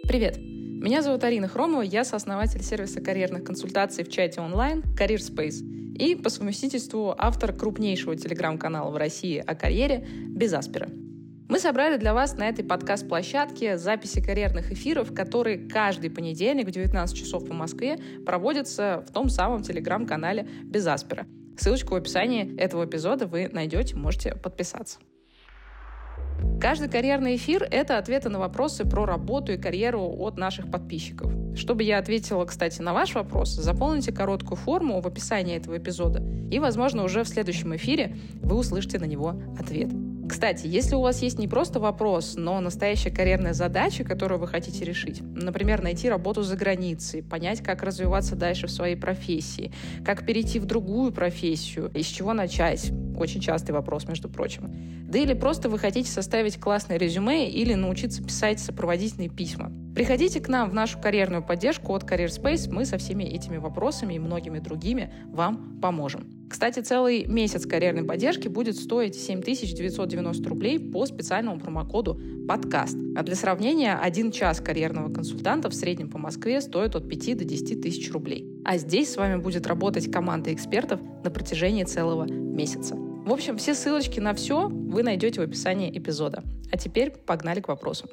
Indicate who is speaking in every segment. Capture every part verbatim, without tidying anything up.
Speaker 1: Привет! Меня зовут Арина Хромова, я сооснователь сервиса карьерных консультаций в чате онлайн CareerSpace и по совместительству автор крупнейшего телеграм-канала в России о карьере «Без Аспера». Мы собрали для вас на этой подкаст-площадке записи карьерных эфиров, которые каждый понедельник в девятнадцать часов по Москве проводятся в том самом телеграм-канале «Без Аспера». Ссылочку в описании этого эпизода вы найдете, можете подписаться. Каждый карьерный эфир — это ответы на вопросы про работу и карьеру от наших подписчиков. Чтобы я ответила, кстати, на ваш вопрос, заполните короткую форму в описании этого эпизода, и, возможно, уже в следующем эфире вы услышите на него ответ. Кстати, если у вас есть не просто вопрос, но настоящая карьерная задача, которую вы хотите решить, например, найти работу за границей, понять, как развиваться дальше в своей профессии, как перейти в другую профессию, из чего начать, очень частый вопрос, между прочим, да или просто вы хотите составить классное резюме или научиться писать сопроводительные письма, приходите к нам в нашу карьерную поддержку от CareerSpace, мы со всеми этими вопросами и многими другими вам поможем. Кстати, целый месяц карьерной поддержки будет стоить семь тысяч девятьсот девяносто рублей по специальному промокоду «Подкаст». А для сравнения, один час карьерного консультанта в среднем по Москве стоит от пяти до десяти тысяч рублей. А здесь с вами будет работать команда экспертов на протяжении целого месяца. В общем, все ссылочки на все вы найдете в описании эпизода. А теперь погнали к вопросам.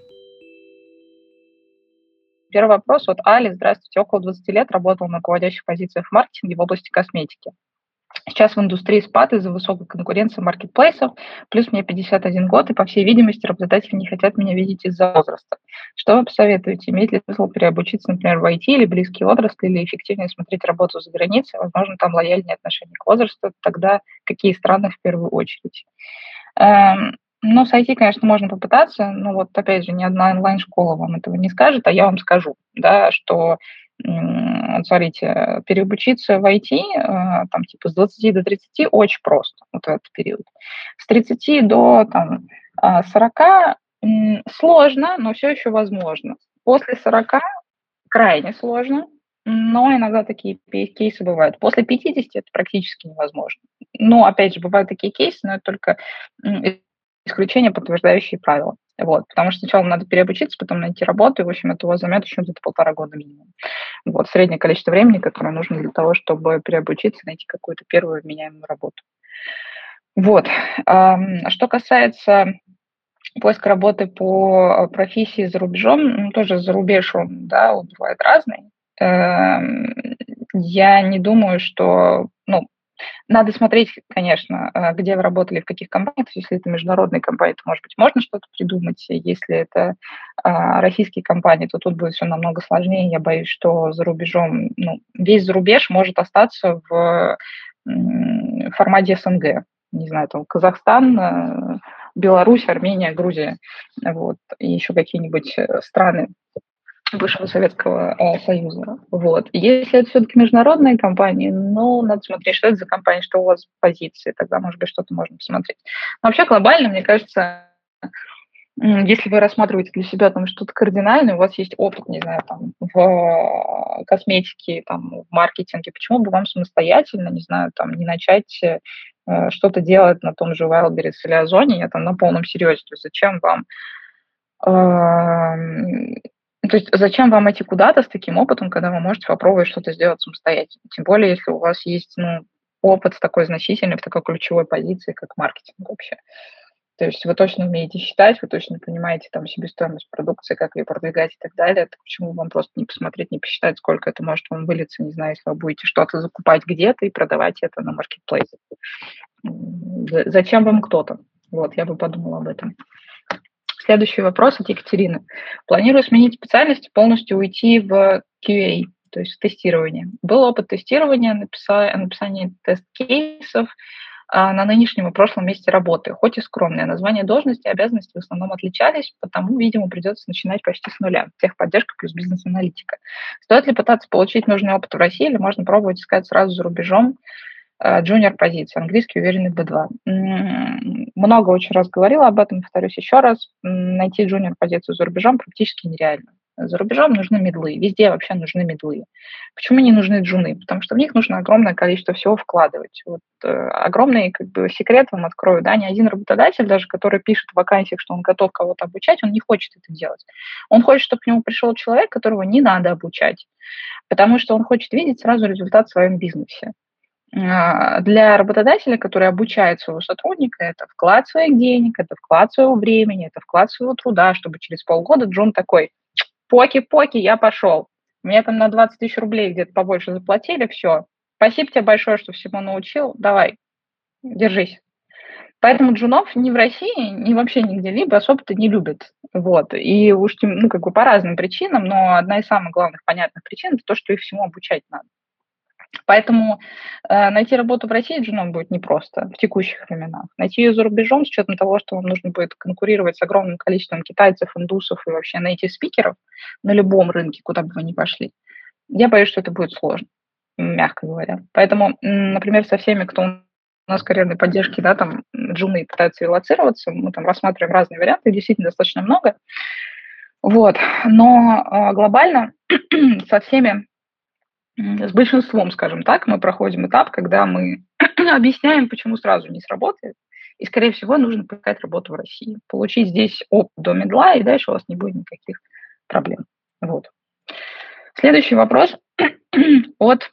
Speaker 2: Первый вопрос от Али. Здравствуйте. Около двадцати лет работал на руководящих позициях в маркетинге в области косметики. Сейчас в индустрии спад из-за высокой конкуренции маркетплейсов, плюс мне пятьдесят один год, и, по всей видимости, работодатели не хотят меня видеть из-за возраста. Что вы посоветуете? Имеет ли смысл переобучиться, например, в ай ти или близкие отрасли, или эффективнее смотреть работу за границей? Возможно, там лояльнее отношение к возрасту. Тогда какие страны в первую очередь? Эм, ну, с ай ти, конечно, можно попытаться, но вот, опять же, ни одна онлайн-школа вам этого не скажет, а я вам скажу, да, что смотрите, переобучиться в ай ти, там, типа, с двадцати до тридцати очень просто, вот в этот период. С тридцати до, там, сорока сложно, но все еще возможно. После сорока крайне сложно, но иногда такие кейсы бывают. После пятидесяти это практически невозможно. Но, опять же, бывают такие кейсы, но это только исключения, подтверждающие правила. Вот, потому что сначала надо переобучиться, потом найти работу, и, в общем, это у вас займет еще где-то полтора года минимум. Вот, среднее количество времени, которое нужно для того, чтобы переобучиться, найти какую-то первую вменяемую работу. Вот. Что касается поиска работы по профессии за рубежом, ну, тоже за рубеж он, да, он бывает разный. Я не думаю, что, ну, надо смотреть, конечно, где вы работали, в каких компаниях. Если это международные компании, то, может быть, можно что-то придумать. Если это а, российские компании, то тут будет все намного сложнее. Я боюсь, что за рубежом, ну, весь зарубеж может остаться в м, формате эс эн гэ. Не знаю, там Казахстан, Беларусь, Армения, Грузия, вот, и еще какие-нибудь страны бывшего Советского э, Союза. Вот. Если это все-таки международные компании, ну, надо смотреть, что это за компания, что у вас в позиции, тогда, может быть, что-то можно посмотреть. Но вообще глобально, мне кажется, если вы рассматриваете для себя там что-то кардинальное, у вас есть опыт, не знаю, там, в косметике, там, в маркетинге, почему бы вам самостоятельно, не знаю, там, не начать э, что-то делать на том же Wildberries или Озоне, я там на полном серьезе, то есть зачем вам э, То есть зачем вам идти куда-то с таким опытом, когда вы можете попробовать что-то сделать самостоятельно? Тем более, если у вас есть, ну, опыт такой значительный в такой ключевой позиции, как маркетинг вообще. То есть вы точно умеете считать, вы точно понимаете там себестоимость продукции, как ее продвигать и так далее. Так почему вам просто не посмотреть, не посчитать, сколько это может вам вылиться, не знаю, если вы будете что-то закупать где-то и продавать это на маркетплейсе. Зачем вам кто-то? Вот, я бы подумала об этом. Следующий вопрос от Екатерины. Планирую сменить специальность и полностью уйти в кью эй, то есть в тестирование. Был опыт тестирования, написания, написания тест-кейсов а, на нынешнем и прошлом месте работы, хоть и скромное. Название должности и обязанности в основном отличались, потому, видимо, придется начинать почти с нуля. Техподдержка плюс бизнес-аналитика. Стоит ли пытаться получить нужный опыт в России или можно пробовать искать сразу за рубежом? Джуниор позиция, английский уверенный би два. Много очень раз говорила об этом, повторюсь еще раз. Найти джуниор позицию за рубежом практически нереально. За рубежом нужны медлы, везде вообще нужны медлы. Почему не нужны джуны? Потому что в них нужно огромное количество всего вкладывать. Вот, э, огромный как бы, секрет вам открою, да, ни один работодатель, даже который пишет в вакансиях, что он готов кого-то обучать, он не хочет это делать. Он хочет, чтобы к нему пришел человек, которого не надо обучать, потому что он хочет видеть сразу результат в своем бизнесе. А, Для работодателя, который обучает своего сотрудника, это вклад своих денег, это вклад своего времени, это вклад своего труда, чтобы через полгода Джон такой: поки-поки, я пошел. Мне там на двадцать тысяч рублей где-то побольше заплатили, все. Спасибо тебе большое, что всему научил. Давай, держись. Поэтому джунов ни в России, ни вообще нигде либо особо-то не любят. Вот. И уж тем, ну, как бы по разным причинам, но одна из самых главных понятных причин – это то, что их всему обучать надо. Поэтому э, найти работу в России джуном будет непросто в текущих временах. Найти ее за рубежом, с учетом того, что вам нужно будет конкурировать с огромным количеством китайцев, индусов и вообще нейтив-спикеров на любом рынке, куда бы вы ни пошли, я боюсь, что это будет сложно, мягко говоря. Поэтому, м, например, со всеми, кто у нас в карьерной поддержке, да, там джуны пытаются релоцироваться, мы там рассматриваем разные варианты, их действительно достаточно много. Вот. Но э, глобально со всеми с большинством, скажем так, мы проходим этап, когда мы объясняем, почему сразу не сработает, и, скорее всего, нужно поискать работу в России, получить здесь опыт до медла, и дальше у вас не будет никаких проблем. Вот. Следующий вопрос от...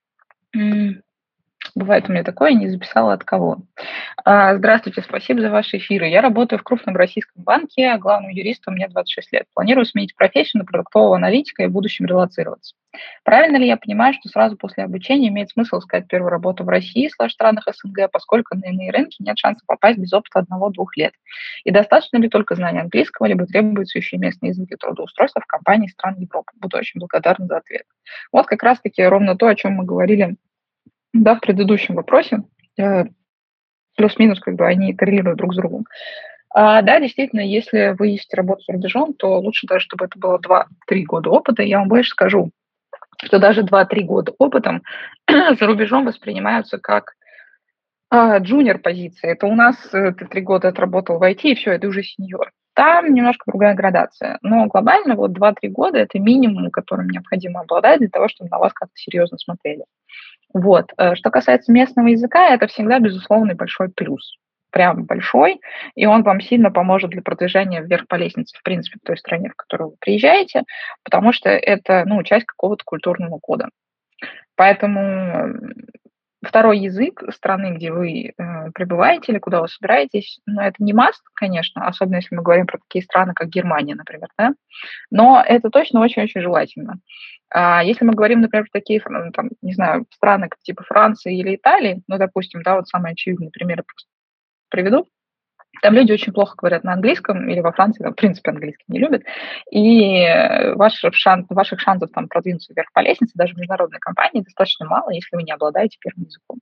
Speaker 2: Бывает у меня такое, не записала от кого. А, Здравствуйте, спасибо за ваши эфиры. Я работаю в крупном российском банке, главным юристом мне двадцать шесть лет. Планирую сменить профессию на продуктового аналитика и в будущем релоцироваться. Правильно ли я понимаю, что сразу после обучения имеет смысл искать первую работу в России слэш странах СНГ, поскольку на иные рынки нет шанса попасть без опыта одного-двух лет? И достаточно ли только знания английского, либо требуется еще и местный язык для трудоустройства в компании стран Европы? Буду очень благодарна за ответ. Вот как раз-таки ровно то, о чем мы говорили, да, в предыдущем вопросе. Э, Плюс-минус, как бы они коррелируют друг с другом. А, да, действительно, если вы ищете работу за рубежом, то лучше даже, чтобы это было два-три года опыта. Я вам больше скажу, что даже два-три года опытом за рубежом воспринимаются как а, джуниор-позиции. Это у нас э, ты три года отработал в ай ти, и все, это уже сеньор. Там немножко другая градация. Но глобально вот два-три года – это минимум, которым необходимо обладать для того, чтобы на вас как-то серьезно смотрели. Вот. Э, Что касается местного языка, это всегда, безусловно, большой плюс. Прям большой, и он вам сильно поможет для продвижения вверх по лестнице, в принципе, в той стране, в которую вы приезжаете, потому что это, ну, часть какого-то культурного кода. Поэтому м, второй язык страны, где вы э, пребываете или куда вы собираетесь, ну, это не must, конечно, особенно если мы говорим про такие страны, как Германия, например, да, но это точно очень-очень желательно. А если мы говорим, например, про такие, фран- там, не знаю, страны, как типа Франции или Италии, ну, допустим, да, вот самые очевидные примеры просто приведу, там люди очень плохо говорят на английском, или во Франции, там, в принципе, английский не любят, и э, ваших, шан- ваших шансов там продвинуться вверх по лестнице, даже в международной компании, достаточно мало, если вы не обладаете первым языком,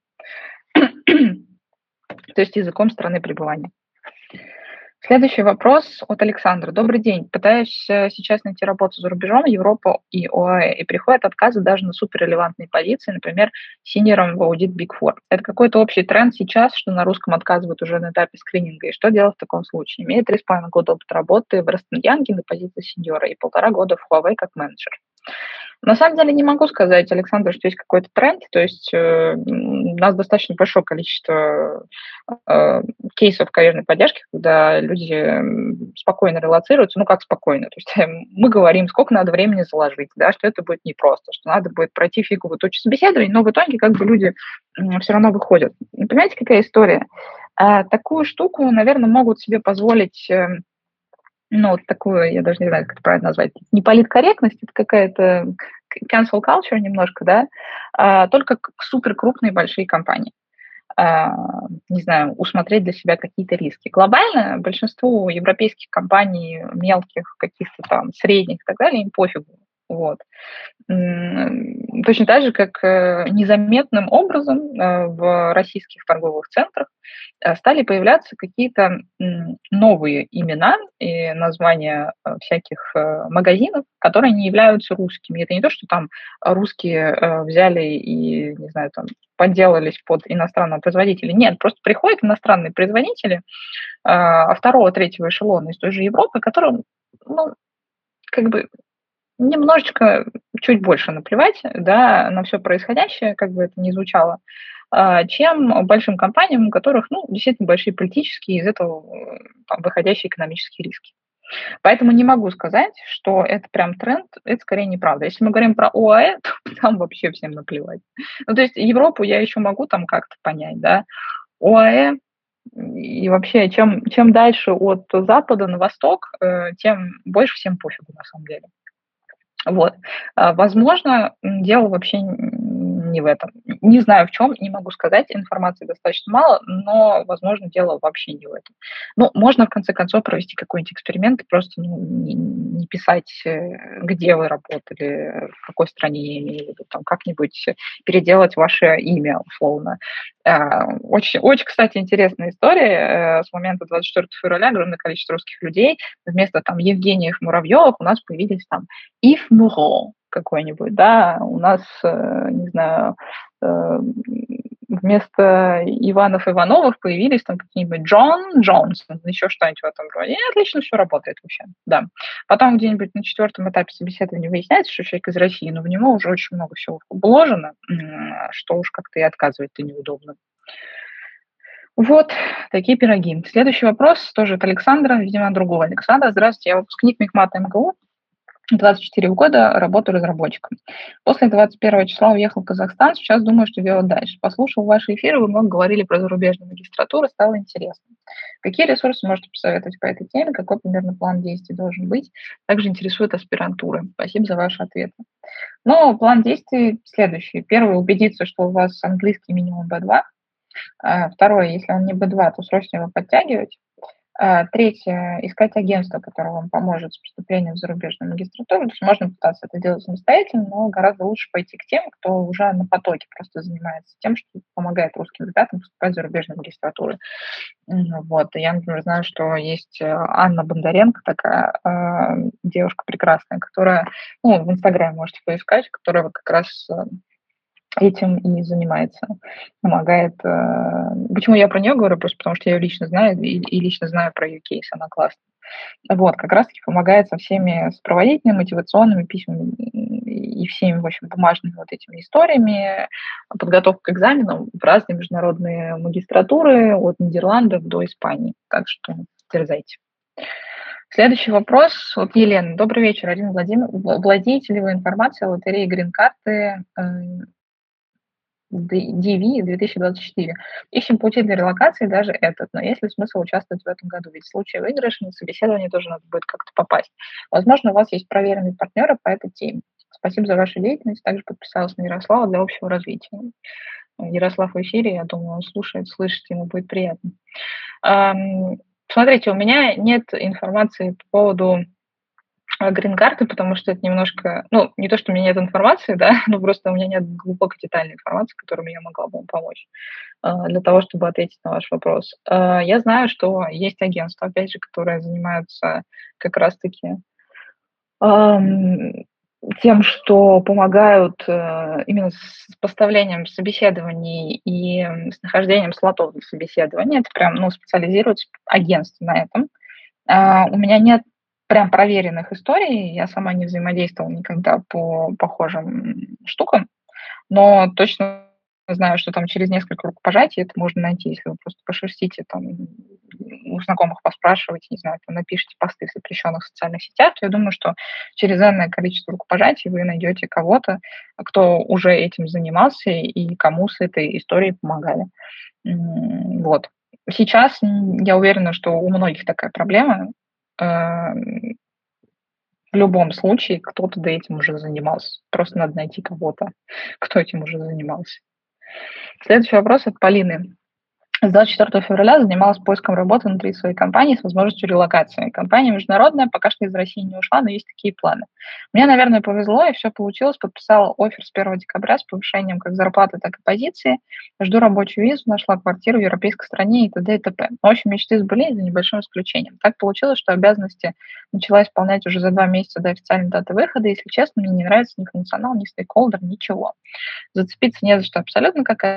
Speaker 2: то есть языком страны пребывания. Следующий вопрос от Александра. Добрый день. Пытаюсь э, сейчас найти работу за рубежом, Европу и ОАЭ, и приходят отказы даже на суперрелевантные позиции, например, синьором в аудит Big Four. Это какой-то общий тренд сейчас, что на русском отказывают уже на этапе скрининга. И что делать в таком случае? Имею три с половиной года опыта работы в Эрнст энд Янге на позиции сеньора и полтора года в Huawei как менеджер. На самом деле не могу сказать, Александр, что есть какой-то тренд, то есть э, у нас достаточно большое количество э, кейсов карьерной поддержки, когда люди м, спокойно релоцируются, ну как спокойно, то есть э, мы говорим, сколько надо времени заложить, да, что это будет непросто, что надо будет пройти фиговую тучу собеседований, но в итоге как бы люди м, все равно выходят. И понимаете, какая история? А, такую штуку, наверное, могут себе позволить... Э, ну, вот такую, я даже не знаю, как это правильно назвать, не политкорректность, это какая-то cancel culture немножко, да, а, только к- супер крупные большие компании. А, не знаю, усмотреть для себя какие-то риски. Глобально большинству европейских компаний, мелких, каких-то там средних и так далее, им пофигу. Вот. М, Точно так же, как э, незаметным образом э, в российских торговых центрах э, стали появляться какие-то м, новые имена и названия э, всяких э, магазинов, которые не являются русскими. Это не то, что там русские э, взяли и, не знаю, там подделались под иностранного производителя. Нет, просто приходят иностранные производители э, второго, третьего эшелона из той же Европы, которым, ну, как бы немножечко, чуть больше наплевать, да, на все происходящее, как бы это ни звучало, а, чем большим компаниям, у которых, ну, действительно большие политические, из этого, э, там, выходящие экономические риски. Поэтому не могу сказать, что это прям тренд, это скорее неправда. Если мы говорим про ОАЭ, то там вообще всем наплевать. Ну, то есть Европу я еще могу там как-то понять, да. ОАЭ и вообще, чем, чем дальше от запада на восток, э, тем больше всем пофигу на самом деле. Вот. А, возможно, м, дело вообще н не в этом. Не знаю в чем, не могу сказать, информации достаточно мало, но, возможно, дело вообще не в этом. Ну, можно, в конце концов, провести какой-нибудь эксперимент и просто, ну, не не писать, э, где вы работали, в какой стране, я имею в виду, там как-нибудь переделать ваше имя условно. А, очень очень, кстати, интересная история. Э, с момента двадцать четвёртого февраля огромное количество русских людей вместо там Евгениев, Муравьевых у нас появились там Ив Муро какой-нибудь, да, у нас, э, не знаю, э, вместо Иванов Ивановых появились там какие-нибудь Джон Джонсон, еще что-нибудь в этом роде. И отлично все работает вообще, да. Потом где-нибудь на четвертом этапе собеседования выясняется, что человек из России, но в него уже очень много всего вложено, м, что уж как-то и отказывать-то неудобно. Вот такие пироги. Следующий вопрос тоже от Александра, видимо, от другого Александра. Здравствуйте, я выпускник мехмата МГУ, двадцать четыре года, работаю разработчиком. После двадцать первого числа уехал в Казахстан, сейчас думаю, что делать дальше. Послушал ваши эфиры, вы много говорили про зарубежную магистратуру, стало интересно. Какие ресурсы можете посоветовать по этой теме, какой примерно план действий должен быть? Также интересует аспирантура. Спасибо за ваши ответы. Но план действий следующий. Первый, убедиться, что у вас английский минимум би два. А, Второе, если он не би два, то срочно его подтягивать. А, Третье, искать агентство, которое вам поможет с поступлением в зарубежную магистратуру. То есть можно пытаться это делать самостоятельно, но гораздо лучше пойти к тем, кто уже на потоке просто занимается тем, что помогает русским ребятам поступать в зарубежную магистратуру. М, Вот. И я, например, знаю, что есть э, Анна Бондаренко, такая а, девушка прекрасная, которая, ну, в Инстаграме можете поискать, которая вот как раз э, этим и занимается, помогает. э, Почему я про нее говорю? Просто потому что я ее лично знаю и, и лично знаю про ее кейс, она классная. Вот, как раз-таки помогает со всеми сопроводительными, мотивационными письмами и и всеми, в общем, бумажными вот этими историями, подготовка к экзаменам в разные международные магистратуры от Нидерландов до Испании. Так что дерзайте. Следующий вопрос от Елены. Добрый вечер, Арина Владимировна. Владеете ли вы информацией о лотерее грин-карты э, ди ви две тысячи двадцать четыре? Ищем пути для релокации, даже этот. Но есть ли смысл участвовать в этом году? Ведь в случае выигрыша на собеседование тоже надо будет как-то попасть. Возможно, у вас есть проверенные партнеры по этой теме. Спасибо за вашу деятельность. Также подписалась на Ярослава для общего развития. Ярослав в эфире, я думаю, он слушает, слышит, ему будет приятно. Ам, Смотрите, у меня нет информации по поводу а, грин-карты, потому что это немножко, ну, не то, что у меня нет информации, да, но просто у меня нет глубокой детальной информации, которая я могла бы вам помочь а, для того, чтобы ответить на ваш вопрос. А, Я знаю, что есть агентства, опять же, которые занимаются как раз-таки ам, тем, что помогают э, именно с поставлением собеседований и м, с нахождением слотов для собеседования. Это прям, ну, специализируется агентство на этом. А, у меня нет прям проверенных историй, я сама не взаимодействовала никогда по похожим штукам, но точно знаю, что там через несколько рукопожатий это можно найти, если вы просто пошерстите там, у знакомых поспрашиваете, не знаю, там напишите посты в запрещенных социальных сетях, то я думаю, что через энное количество рукопожатий вы найдете кого-то, кто уже этим занимался и кому с этой историей помогали. М, Вот. Сейчас м, я уверена, что у многих такая проблема. Э, В любом случае кто-то да этим уже занимался. Просто надо найти кого-то, кто этим уже занимался. Следующий вопрос от Полины. С двадцать четвёртого февраля занималась поиском работы внутри своей компании с возможностью релокации. Компания международная, пока что из России не ушла, но есть такие планы. Мне, наверное, повезло, и все получилось. Подписала оффер с первого декабря с повышением как зарплаты, так и позиции. Жду рабочую визу, нашла квартиру в европейской стране и т.д. и т.п. В общем, мечты сбылись за небольшим исключением. Так получилось, что обязанности начала исполнять уже за два месяца до официальной даты выхода. Если честно, мне не нравится ни функционал, ни стейкхолдер, ничего. Зацепиться не за что абсолютно, какая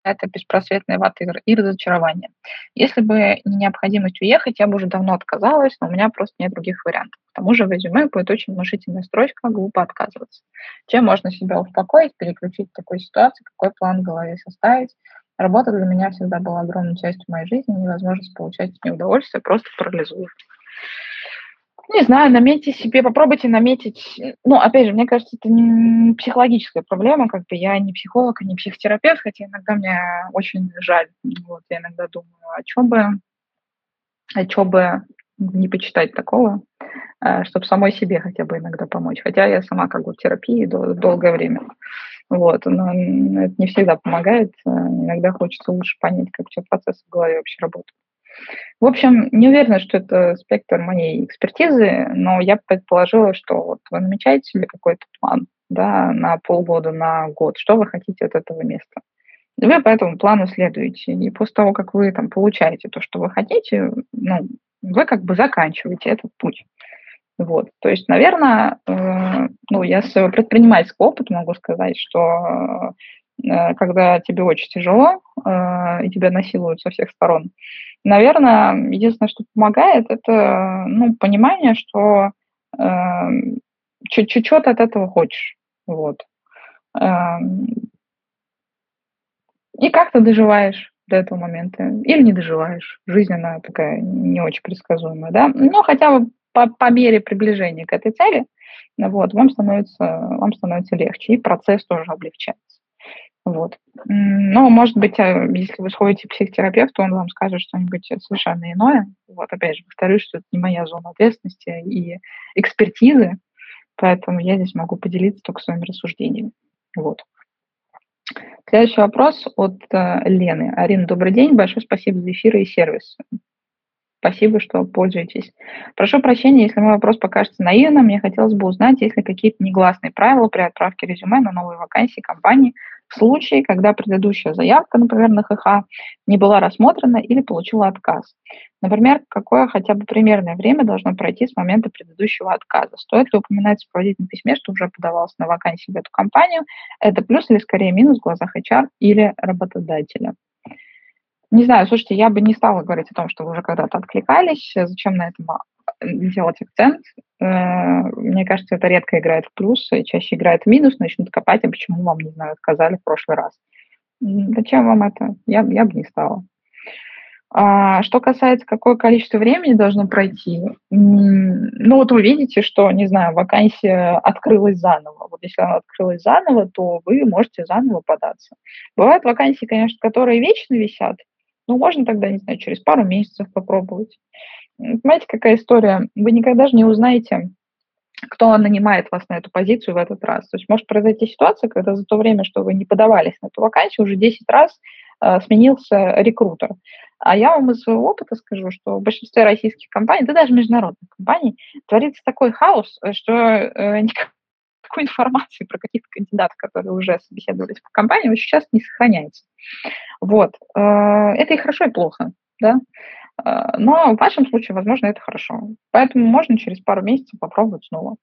Speaker 2: это беспросветная вата и разочарование. Если бы не необходимость уехать, я бы уже давно отказалась, но у меня просто нет других вариантов. К тому же в резюме будет очень внушительная строчка «глупо отказываться». Чем можно себя успокоить, переключить в такой ситуации, какой план в голове составить? Работа для меня всегда была огромной частью моей жизни, невозможность получать от нее удовольствие просто парализует. Не знаю, наметьте себе, попробуйте наметить. Ну, опять же, мне кажется, это не психологическая проблема, как бы я не психолог и не психотерапевт, хотя иногда мне очень жаль. Вот, я иногда думаю, а чё бы, а чё бы не почитать такого, чтобы самой себе хотя бы иногда помочь. Хотя я сама как бы в терапии дол- долгое время. Вот, но это не всегда помогает. Иногда хочется лучше понять, как все процессы в голове вообще работают. В общем, не уверена, что это спектр моей экспертизы, но я предположила, что вот вы намечаете себе какой-то план, да, на полгода, на год, что вы хотите от этого места. И вы по этому плану следуете. И после того, как вы там получаете то, что вы хотите, ну, вы как бы заканчиваете этот путь. Вот. То есть, наверное, э, ну, я с своего предпринимательского опыта могу сказать, что э, когда тебе очень тяжело э, и тебя насилуют со всех сторон, наверное, единственное, что помогает, это ну, понимание, что э, чуть-чуть ты от этого хочешь. Вот. Эм, И как ты доживаешь до этого момента или не доживаешь. Жизнь, она такая не очень предсказуемая, да. Но хотя бы по, по мере приближения к этой цели, ну вот, вам становится, вам становится легче, и процесс тоже облегчается. Вот. М, Но, может быть, а, если вы сходите к психотерапевту, он вам скажет что-нибудь совершенно иное. Вот, опять же, повторюсь, что это не моя зона ответственности и экспертизы, поэтому я здесь могу поделиться только своими рассуждениями. Вот. Следующий вопрос от э, Лены. Арина, добрый день. Большое спасибо за эфиры и сервис. Спасибо, что пользуетесь. Прошу прощения, если мой вопрос покажется наивным. Мне хотелось бы узнать, есть ли какие-то негласные правила при отправке резюме на новые вакансии компании в случае, когда предыдущая заявка, например, на ХХ, не была рассмотрена или получила отказ. Например, какое хотя бы примерное время должно пройти с момента предыдущего отказа? Стоит ли упоминать в сопроводительном письме, что уже подавался на вакансии в эту компанию? Это плюс или скорее минус в глазах эйч ар или работодателя? Не знаю, слушайте, я бы не стала говорить о том, что вы уже когда-то откликались. э, Зачем на этом а, делать акцент? Э, Мне кажется, это редко играет в плюс, и чаще играет в минус. Начнут копать, а почему вам, не знаю, отказали в прошлый раз. М, Зачем вам это? Я, б- я бы не стала. А, что касается, какое количество времени должно пройти, м, ну вот вы видите, что, не знаю, вакансия открылась заново. Вот если она открылась заново, то вы можете заново податься. Бывают вакансии, конечно, которые вечно висят, ну, можно тогда, не знаю, через пару месяцев попробовать. М, Понимаете, какая история? Вы никогда же не узнаете, кто нанимает вас на эту позицию в этот раз. То есть может произойти ситуация, когда за то время, что вы не подавались на эту вакансию, уже десять раз э, сменился рекрутер. А я вам из своего опыта скажу, что в большинстве российских компаний, да даже международных компаний, творится такой хаос, э, что э, никакой информации про каких-то кандидатов, которые уже собеседовались по компании, очень часто не сохраняется. Вот. Э, Это и хорошо, и плохо. Да? Э, Но в вашем случае, возможно, это хорошо. Поэтому можно через пару месяцев попробовать снова.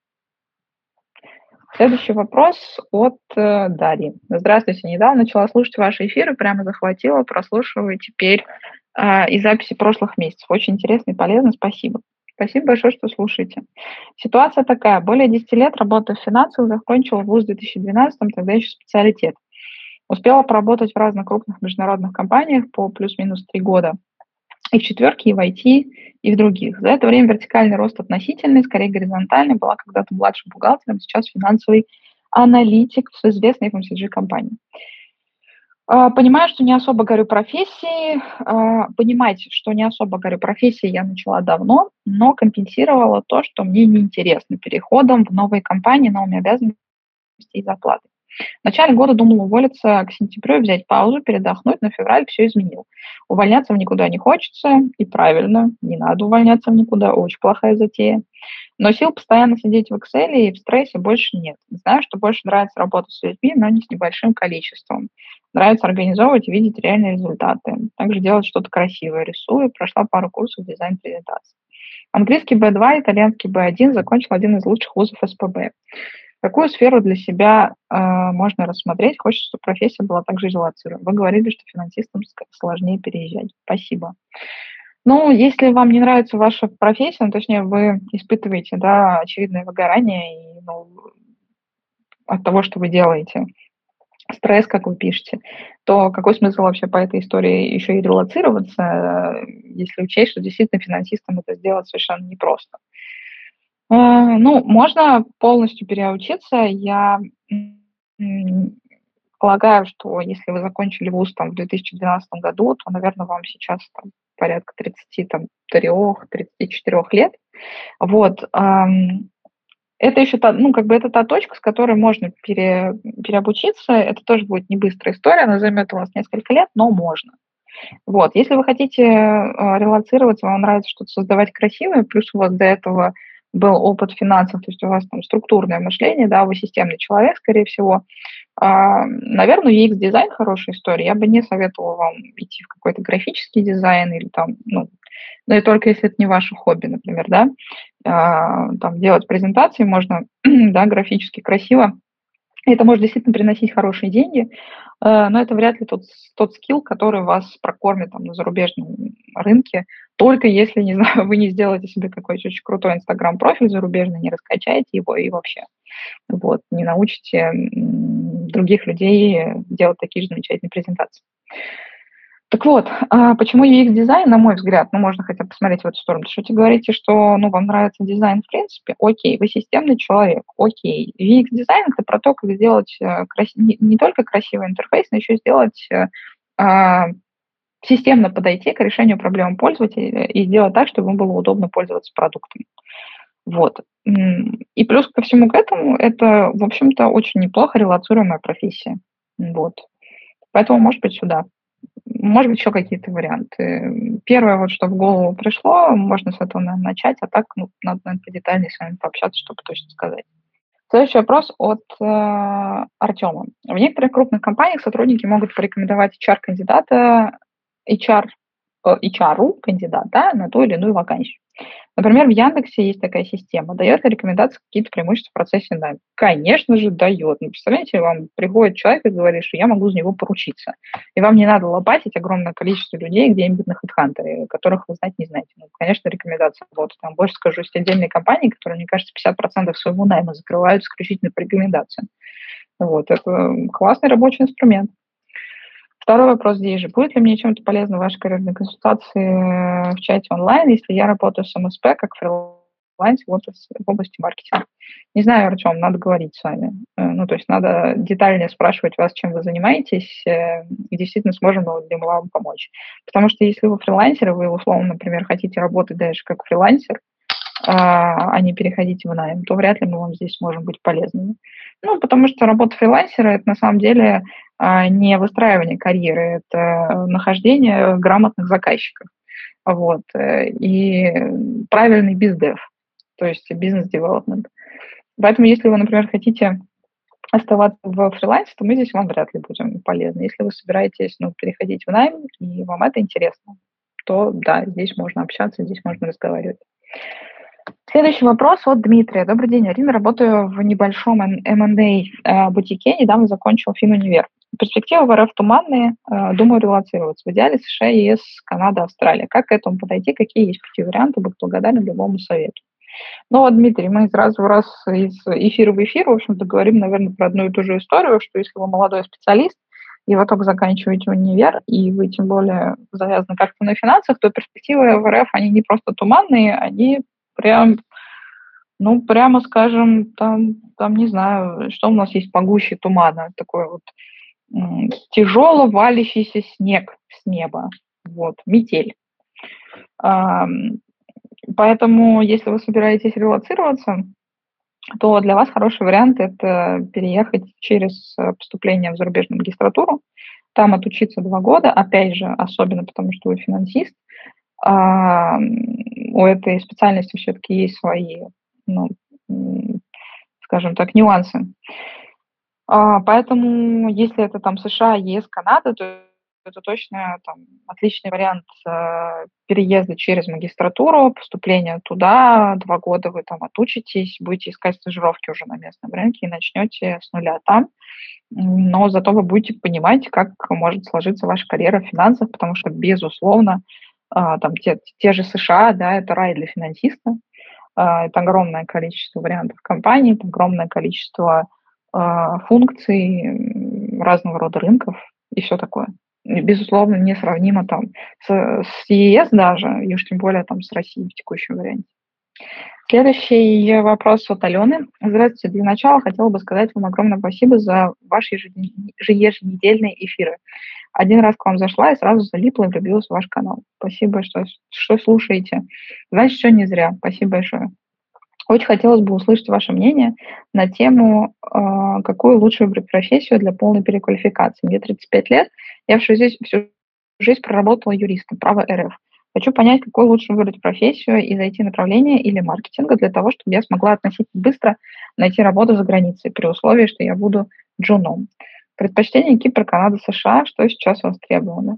Speaker 2: Следующий вопрос от э, Дарьи. Здравствуйте. Недавно начала слушать ваши эфиры, прямо захватила, прослушиваю теперь э, и записи прошлых месяцев. Очень интересно и полезно. Спасибо. Спасибо большое, что слушаете. Ситуация такая. Более десяти лет работаю в финансах, закончила вуз в две тысячи двенадцатом, тогда еще специалитет. Успела поработать в разных крупных международных компаниях по плюс-минус три года. И в четверке, и в ай ти, и в других. За это время вертикальный рост относительный, скорее горизонтальный. Была когда-то младшим бухгалтером, сейчас финансовый аналитик в известной эф эм си джи-компании. А, Понимаю, что не особо горю профессией. А, Понимать, что не особо горю профессией, я начала давно, но компенсировала то, что мне неинтересно, переходом в новые компании, новыми обязанностями и зарплатой. В начале года думала уволиться к сентябрю и взять паузу, передохнуть, но февраль все изменил. Увольняться в никуда не хочется, и правильно, не надо увольняться в никуда, очень плохая затея. Но сил постоянно сидеть в Excel и в стрессе больше нет. Знаю, что больше нравится работать с людьми, но не с небольшим количеством. Нравится организовывать и видеть реальные результаты. Также делать что-то красивое. Рисую, прошла пару курсов дизайн-презентации. Английский би два, итальянский би один, закончил один из лучших вузов эс пэ бэ. Какую сферу для себя э, можно рассмотреть? Хочется, чтобы профессия была также релацирована. Вы говорили, что финансистам ск- сложнее переезжать. Спасибо. Ну, если вам не нравится ваша профессия, ну, точнее, вы испытываете, да, очевидное выгорание и, ну, от того, что вы делаете, стресс, как вы пишете, то какой смысл вообще по этой истории еще и релацироваться, э, если учесть, что действительно финансистам это сделать совершенно непросто. А, ну, можно полностью переучиться. Я м, полагаю, что если вы закончили вуз там в две тысячи двенадцатом году, то, наверное, вам сейчас там порядка тридцати трёх-тридцати четырёх лет. Вот. ам, Это еще та, ну, как бы это та точка, с которой можно пере, переобучиться. Это тоже будет не быстрая история, она займет у вас несколько лет, но можно. Вот. Если вы хотите э, релацироваться, вам нравится что-то создавать красивое, плюс у вас до этого был опыт финансов, то есть у вас там структурное мышление, да, вы системный человек, скорее всего, а, наверное, ю экс-дизайн хорошая история. Я бы не советовала вам идти в какой-то графический дизайн или там, ну, но и только если это не ваше хобби, например, да, а, там делать презентации можно, да, графически красиво. Это может действительно приносить хорошие деньги, э, но это вряд ли тот, с- тот скилл, который вас прокормит там на зарубежном рынке, только если, не знаю, вы не сделаете себе какой-то очень крутой инстаграм-профиль зарубежный, не раскачаете его и вообще вот, не научите м, других людей делать такие же замечательные презентации. Так вот, а почему ю экс-дизайн, на мой взгляд, ну, можно хотя бы посмотреть в эту сторону, потому что вы говорите, что, ну, вам нравится дизайн в принципе, окей, вы системный человек, окей. ю экс-дизайн — это про то, как сделать э, крас- не, не только красивый интерфейс, но еще сделать, э, а, системно подойти к решению проблем пользователя и сделать так, чтобы ему было удобно пользоваться продуктом. Вот. М, И плюс ко всему к этому, это, в общем-то, очень неплохо релацируемая профессия. Вот. Поэтому, может быть, сюда. Может быть, еще какие-то варианты. Первое, вот что в голову пришло, можно с этого, наверное, начать, а так, ну, надо, наверное, подетальнее с вами пообщаться, чтобы точно сказать. Следующий вопрос от э, Артема. В некоторых крупных компаниях сотрудники могут порекомендовать эйч ар-кандидата, эйч ар, э, эйч ар-у кандидата на ту или иную вакансию. Например, в Яндексе есть такая система. Дает ли рекомендации какие-то преимущества в процессе найма? Конечно же, дает. Ну, представляете, вам приходит человек и говорит, что я могу за него поручиться. И вам не надо лопатить огромное количество людей где-нибудь на HeadHunter, которых вы знать не знаете. Ну, конечно, рекомендации будут. Там больше скажу, есть отдельные компании, которые, мне кажется, пятьдесят процентов своего найма закрывают исключительно по рекомендациям. Вот, это классный рабочий инструмент. Второй вопрос здесь же. Будет ли мне чем-то полезно ваши карьерные консультации в чате онлайн, если я работаю с эм эс пи как фриланс в области, в области маркетинга? Не знаю, Артем, надо говорить с вами. Э, Ну, то есть надо детальнее спрашивать вас, чем вы занимаетесь, э, и действительно сможем ли мы вам помочь. Потому что если вы фрилансер, и вы, условно, например, хотите работать дальше как фрилансер, а а не переходить в найм, то вряд ли мы вам здесь сможем быть полезными. Ну, потому что работа фрилансера — это на самом деле а, не выстраивание карьеры, это нахождение грамотных заказчиков. Вот. э, И правильный бездев, то есть бизнес-девелопмент. Поэтому если вы, например, хотите оставаться в фрилансе, то мы здесь вам вряд ли будем полезны. Если вы собираетесь, ну, переходить в найм, и вам это интересно, то да, здесь можно общаться, здесь можно разговаривать. Следующий вопрос от Дмитрия. Добрый день, Арина. Работаю в небольшом эм энд эй бутике. Недавно закончил финунивер. Перспективы в эр эф туманные. э, Думаю релацироваться. В идеале США, ЕС, Канада, Австралия. Как к этому подойти? Какие есть пути, варианты? Буду благодарен любому совету. Ну вот, Дмитрий, мы из раза в раз из эфира в эфир, в общем-то, говорим, наверное, про одну и ту же историю, что если вы молодой специалист, и вы только заканчиваете универ, и вы тем более завязаны как-то на финансах, то перспективы в эр эф, они не просто туманные, они прям, ну, прямо скажем, там, там, не знаю, что у нас есть погуще тумана, такой вот м, тяжело валящийся снег с неба, вот, метель. Ам, Поэтому, если вы собираетесь релацироваться, то для вас хороший вариант — это переехать через э, поступление в зарубежную магистратуру, там отучиться два года, опять же, особенно потому, что вы финансист. А, м, у этой специальности все-таки есть свои, ну, м, скажем так, нюансы. А, поэтому, если это там США, ЕС, Канада, то это точно там, отличный вариант э, переезда через магистратуру, поступления туда, два года вы там отучитесь, будете искать стажировки уже на местном рынке и начнете с нуля там. Но зато вы будете понимать, как может сложиться ваша карьера в финансах, потому что, безусловно, а, там те, те же США, да, это рай для финансиста. А, это огромное количество вариантов компаний, это огромное количество а, функций, м, разного рода рынков и все такое. И, безусловно, несравнимо там с, с ЕС даже, и уж тем более там с Россией в текущем варианте. Следующий вопрос от Алены. Здравствуйте. Для начала хотела бы сказать вам огромное спасибо за ваши ежедне- еженедельные эфиры. Один раз к вам зашла и сразу залипла и влюбилась в ваш канал. Спасибо, что, что слушаете. Значит, все не зря. Спасибо большое. Очень хотелось бы услышать ваше мнение на тему, э, какую лучше выбрать профессию для полной переквалификации. Мне тридцать пять лет, я всю жизнь, всю жизнь проработала юристом, право эр эф. Хочу понять, какую лучше выбрать профессию и зайти в направление или маркетинга для того, чтобы я смогла относительно быстро найти работу за границей, при условии, что я буду джуном. Предпочтение Кипр, Канада, США, что сейчас востребовано.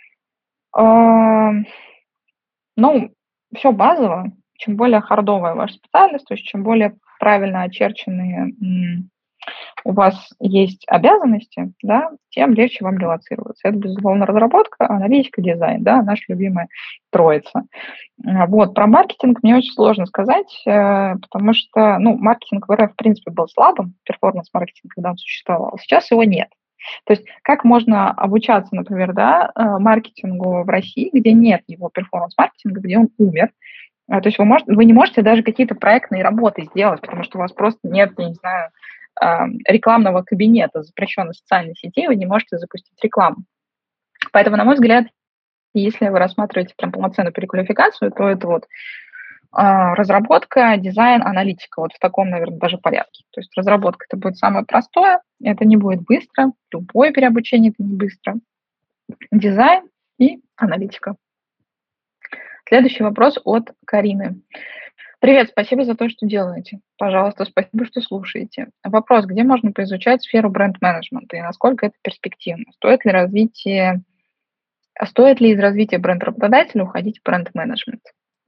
Speaker 2: А, ну, все базово. Чем более хардовая ваша специальность, то есть чем более правильно очерченные м, у вас есть обязанности, да, тем легче вам релацироваться. Это, безусловно, разработка, аналитика, дизайн, да, наша любимая троица. А, Вот, про маркетинг мне очень сложно сказать, э, потому что, ну, маркетинг в эр эф, в принципе, был слабым, перформанс-маркетинг, когда он существовал, сейчас его нет. То есть как можно обучаться, например, да, э, маркетингу в России, где нет его перформанс-маркетинга, где он умер. А, То есть вы, можете, вы не можете даже какие-то проектные работы сделать, потому что у вас просто нет, я не знаю, а, рекламного кабинета запрещенной социальной сети, вы не можете запустить рекламу. Поэтому, на мой взгляд, если вы рассматриваете прям полноценную переквалификацию, то это вот а, разработка, дизайн, аналитика, вот в таком, наверное, даже порядке. То есть разработка это будет самое простое, это не будет быстро, любое переобучение это не быстро. Дизайн и аналитика. Следующий вопрос от Карины. Привет, спасибо за то, что делаете. Пожалуйста, спасибо, что слушаете. Вопрос, где можно поизучать сферу бренд-менеджмента и насколько это перспективно? Стоит ли развитие, а стоит ли из развития бренд-работодателя уходить в бренд-менеджмент?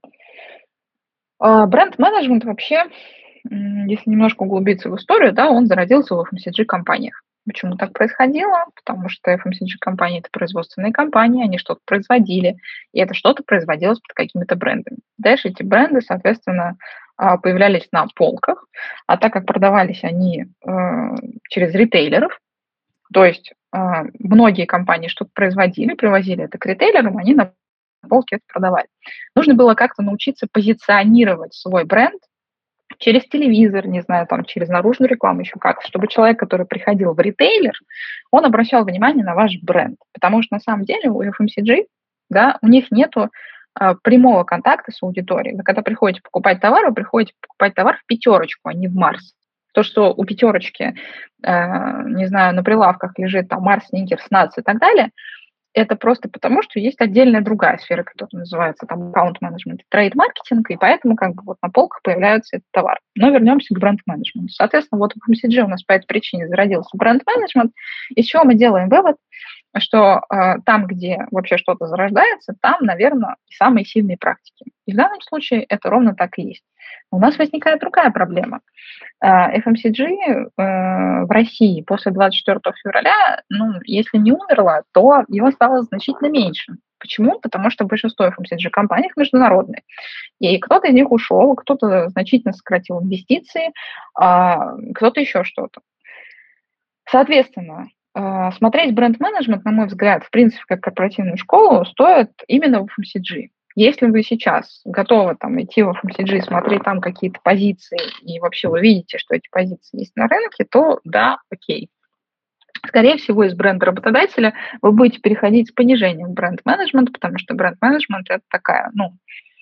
Speaker 2: А, Бренд-менеджмент вообще, м, если немножко углубиться в историю, да, он зародился в эф эм си джи-компаниях. Почему так происходило? Потому что эф эм си джи-компании– это производственные компании, они что-то производили, и это что-то производилось под какими-то брендами. Дальше эти бренды, соответственно, а, появлялись на полках, а так как продавались они э, через ритейлеров, то есть а, многие компании что-то производили, привозили это к ритейлерам, они на полке это продавали. Нужно было как-то научиться позиционировать свой бренд через телевизор, не знаю, там, через наружную рекламу, еще как-то, чтобы человек, который приходил в ритейлер, он обращал внимание на ваш бренд. Потому что на самом деле у эф эм си джи, да, у них нету а, прямого контакта с аудиторией. Вы когда приходите покупать товар, вы приходите покупать товар в пятерочку, а не в Марс. То, что у пятерочки, э, не знаю, на прилавках лежит там Марс, Сникерс, Нац и так далее, это просто потому, что есть отдельная другая сфера, которая называется там аккаунт-менеджмент, трейд-маркетинг, и поэтому как бы вот на полках появляется этот товар. Но вернемся к бренд-менеджменту. Соответственно, вот в эф эм си джи у нас по этой причине зародился бренд-менеджмент, из чего мы делаем вывод, что э, там, где вообще что-то зарождается, там, наверное, самые сильные практики. И в данном случае это ровно так и есть. У нас возникает другая проблема. эф эм си джи э, в России после двадцать четвёртого февраля, ну, если не умерло, то его стало значительно меньше. Почему? Потому что большинство эф эм си джи-компаний международные. И кто-то из них ушел, кто-то значительно сократил инвестиции, а кто-то еще что-то. Соответственно, э, смотреть бренд-менеджмент, на мой взгляд, в принципе, как корпоративную школу, стоит именно в эф эм си джи. Если вы сейчас готовы там, идти в эф эм си джи, смотреть там какие-то позиции, и вообще вы видите, что эти позиции есть на рынке, то да, окей. Скорее всего, из бренда работодателя вы будете переходить с понижением в бренд-менеджмент, потому что бренд-менеджмент– это такая, ну,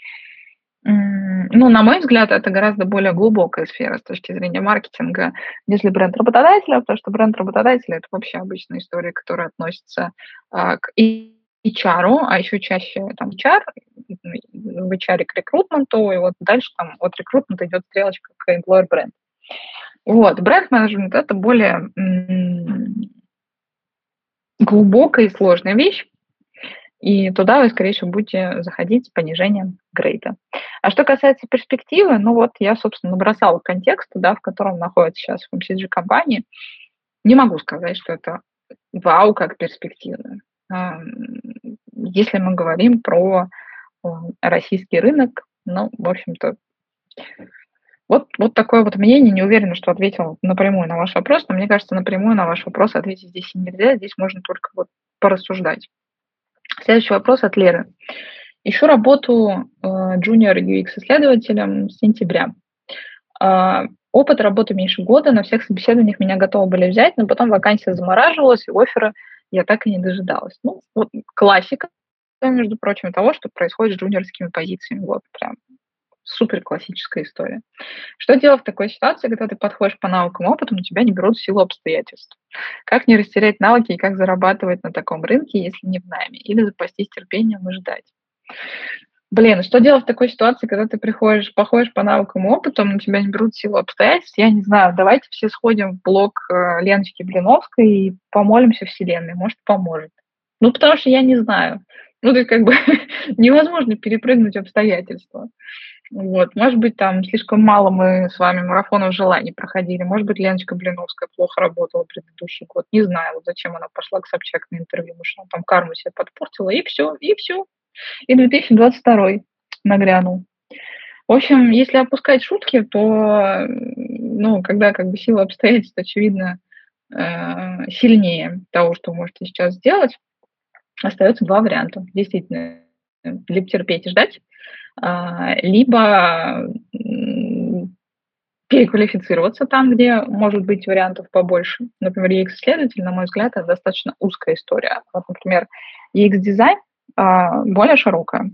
Speaker 2: ну, на мой взгляд, это гораздо более глубокая сфера с точки зрения маркетинга, нежели бренд работодателя, потому что бренд работодателя– это вообще обычная история, которая относится а, к эйч ар, а еще чаще там эйч ар, в эйч ар к рекрутменту, и вот дальше там от рекрутмента идет стрелочка к employer бренд. Вот, бренд-менеджмент– это более м- глубокая и сложная вещь, И туда вы, скорее всего, будете заходить с понижением грейда. А что касается перспективы, ну вот я, собственно, набросала контекст, да, в котором находится сейчас эф эм си джи-компания. Не могу сказать, что это вау, как перспективно. Ам, Если мы говорим про э, российский рынок, ну, в общем-то, вот, вот такое вот мнение. Не уверена, что ответила напрямую на ваш вопрос, но мне кажется, напрямую на ваш вопрос ответить здесь нельзя. Здесь можно только вот порассуждать. Следующий вопрос от Леры. Ищу работу э, junior ю экс-исследователем с сентября. А, опыт работы меньше года, на всех собеседованиях меня готовы были взять, но потом вакансия замораживалась, и оффера я так и не дожидалась. Ну, вот классика, между прочим, того, что происходит с джуниорскими позициями. Вот прям супер классическая история. Что делать в такой ситуации, когда ты подходишь по навыкам и опыту, но тебя не берут в силу обстоятельств? Как не растерять навыки и как зарабатывать на таком рынке, если не в найме? Или запастись терпением и ждать? Блин, что делать в такой ситуации, когда ты приходишь, походишь по навыкам и опыту, но тебя не берут в силу обстоятельств? Я не знаю, давайте все сходим в блог э, Леночки Блиновской и помолимся Вселенной, может, поможет. Ну, потому что я не знаю. Ну, то есть как бы невозможно перепрыгнуть обстоятельства. Вот. Может быть, там слишком мало мы с вами марафонов желаний проходили. Может быть, Леночка Блиновская плохо работала предыдущий год. Не знаю, вот зачем она пошла к Собчак на интервью, потому что она там карму себе подпортила, и все, и все. И две тысячи двадцать второй нагрянул. В общем, если опускать шутки, то, ну, когда как бы сила обстоятельств, очевидно, э, сильнее того, что вы можете сейчас сделать, остается два варианта. Действительно, либо терпеть и ждать, а, либо м, переквалифицироваться там, где может быть вариантов побольше. Например, ю экс-исследователь, на мой взгляд, это достаточно узкая история. Вот, например, ю экс-дизайн а, более широкая.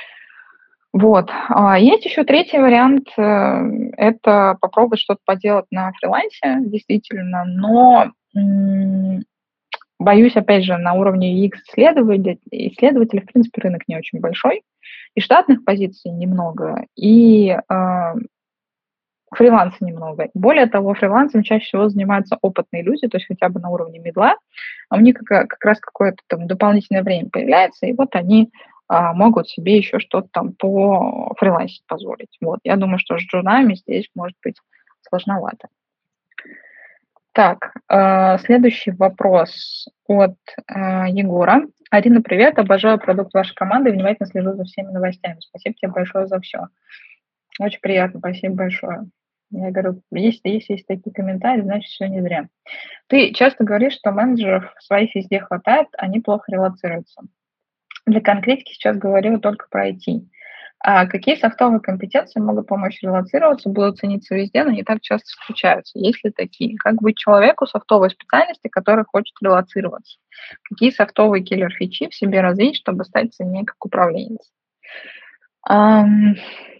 Speaker 2: Вот. А есть еще третий вариант, э, это попробовать что-то поделать на фрилансе, действительно, но м, боюсь, опять же, на уровне ю экс-исследователя, исследователя, в принципе, рынок не очень большой, и штатных позиций немного, и э, фриланса немного. Более того, фрилансом чаще всего занимаются опытные люди, то есть хотя бы на уровне медла, а у них как, как раз какое-то там дополнительное время появляется, и вот они а, могут себе еще что-то там по фрилансить позволить. Вот. Я думаю, что с джунами здесь может быть сложновато. Так, э, следующий вопрос от э, Егора. Арина, привет, обожаю продукт вашей команды и внимательно слежу за всеми новостями. Спасибо тебе большое за все. Очень приятно, спасибо большое. Я говорю, если, если есть такие комментарии, значит, все не зря. Ты часто говоришь, что менеджеров своих везде хватает, они плохо релацируются. Для конкретики сейчас говорю только про ай ти. А какие софтовые компетенции могут помочь релацироваться, будут цениться везде, но не так часто встречаются? Есть ли такие? Как быть человеку софтовой специальности, который хочет релацироваться? Какие софтовые киллер-фичи в себе развить, чтобы стать ценнее как управленец? Ам,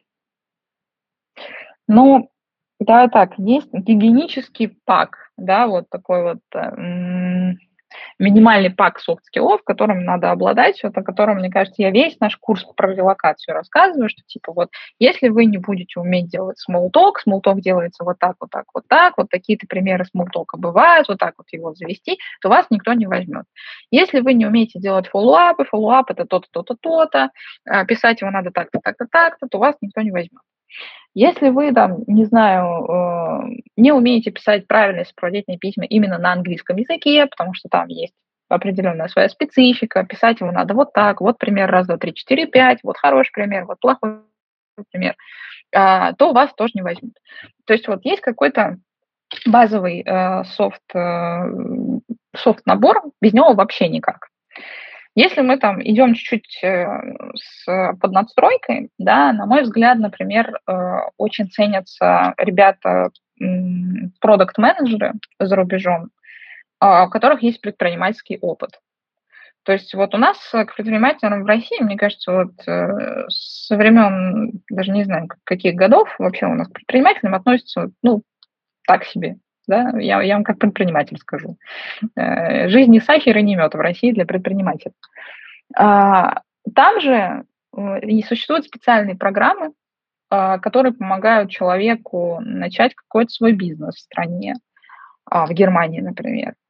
Speaker 2: Ну, да, так, есть гигиенический пак, да, вот такой вот м, минимальный пак софт-скиллов, которым надо обладать, вот о котором, мне кажется, я весь наш курс про релокацию рассказываю, что типа вот, если вы не будете уметь делать смолток, смолток делается вот так, вот так, вот так, вот такие-то примеры смолтока бывают, вот так вот его завести, то вас никто не возьмет. Если вы не умеете делать фоллоуапы, фоллоуап это то-то, то-то, то-то, а, писать его надо так-то, так-то, так-то, то вас никто не возьмет. Если вы там, не знаю, э, не умеете писать правильные сопроводительные письма именно на английском языке, потому что там есть определенная своя специфика, писать его надо вот так, вот пример раз, два, три, четыре, пять, вот хороший пример, вот плохой пример, а, то вас тоже не возьмут. То есть вот есть какой-то базовый э, софт, э, софт-набор, без него вообще никак. Если мы там идем чуть-чуть э, с поднадстройкой, да, на мой взгляд, например, э, очень ценятся ребята, продакт-менеджеры за рубежом, а, у которых есть предпринимательский опыт. То есть вот у нас э, к предпринимателям в России, мне кажется, вот э, со времен, даже не знаю, каких годов вообще у нас к предпринимателям относятся, ну, так себе. Да? Я, я вам как предприниматель скажу. Э, жизнь не сахар и не мед в России для предпринимателей. А, Там же э, и существуют специальные программы, а, которые помогают человеку начать какой-то свой бизнес в стране, а, в Германии, например.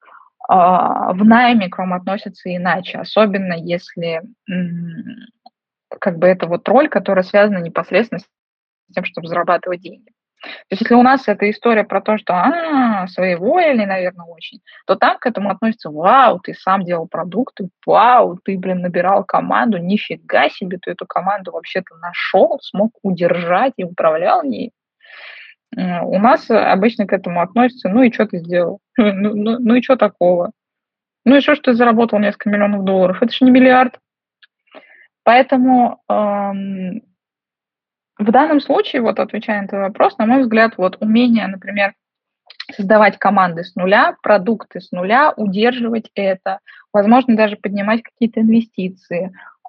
Speaker 2: А, в найме к вам относятся иначе, особенно если м, как бы это вот роль, которая связана непосредственно с тем, чтобы зарабатывать деньги. То есть если у нас эта история про то, что а, своевольный, наверное, очень, то там к этому относится: вау, ты сам делал продукты, вау, ты, блин, набирал команду, нифига себе, ты эту команду вообще-то нашел, смог удержать и управлял ей. М, У нас обычно к этому относятся: ну и что ты сделал? Ну, ну, ну и что такого? Ну и что, что ты заработал несколько миллионов долларов? Это же не миллиард. Поэтому ам, в данном случае, вот отвечая на твой вопрос, на мой взгляд, вот умение, например, создавать команды с нуля, продукты с нуля, удерживать это, возможно, даже поднимать какие-то инвестиции,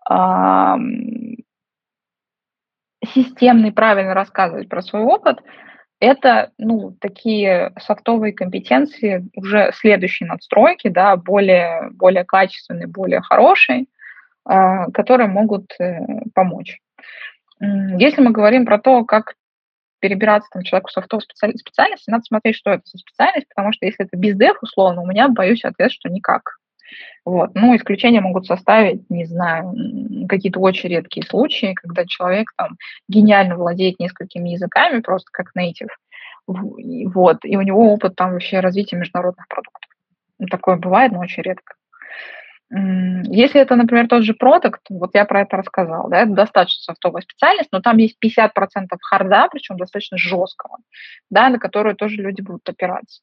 Speaker 2: ам, системно и правильно рассказывать про свой опыт — это, ну, такие софтовые компетенции уже следующей надстройки, да, более, более качественные, более хорошие, а, которые могут э, помочь. М, Если мы говорим про то, как перебираться там человеку с софтовой специали- специальности, надо смотреть, что это за специальность, потому что если это бездев, условно, у меня, боюсь, ответ, что никак. Вот. Ну, исключения могут составить, не знаю, м, какие-то очень редкие случаи, когда человек там гениально владеет несколькими языками, просто как нейтив, в- и вот, и у него опыт там вообще развития международных продуктов. Ну, такое бывает, но очень редко. М, Если это, например, тот же продукт, вот я про это рассказала, да, это достаточно софтовая специальность, но там есть пятьдесят процентов харда, причем достаточно жесткого, да, на которую тоже люди будут опираться.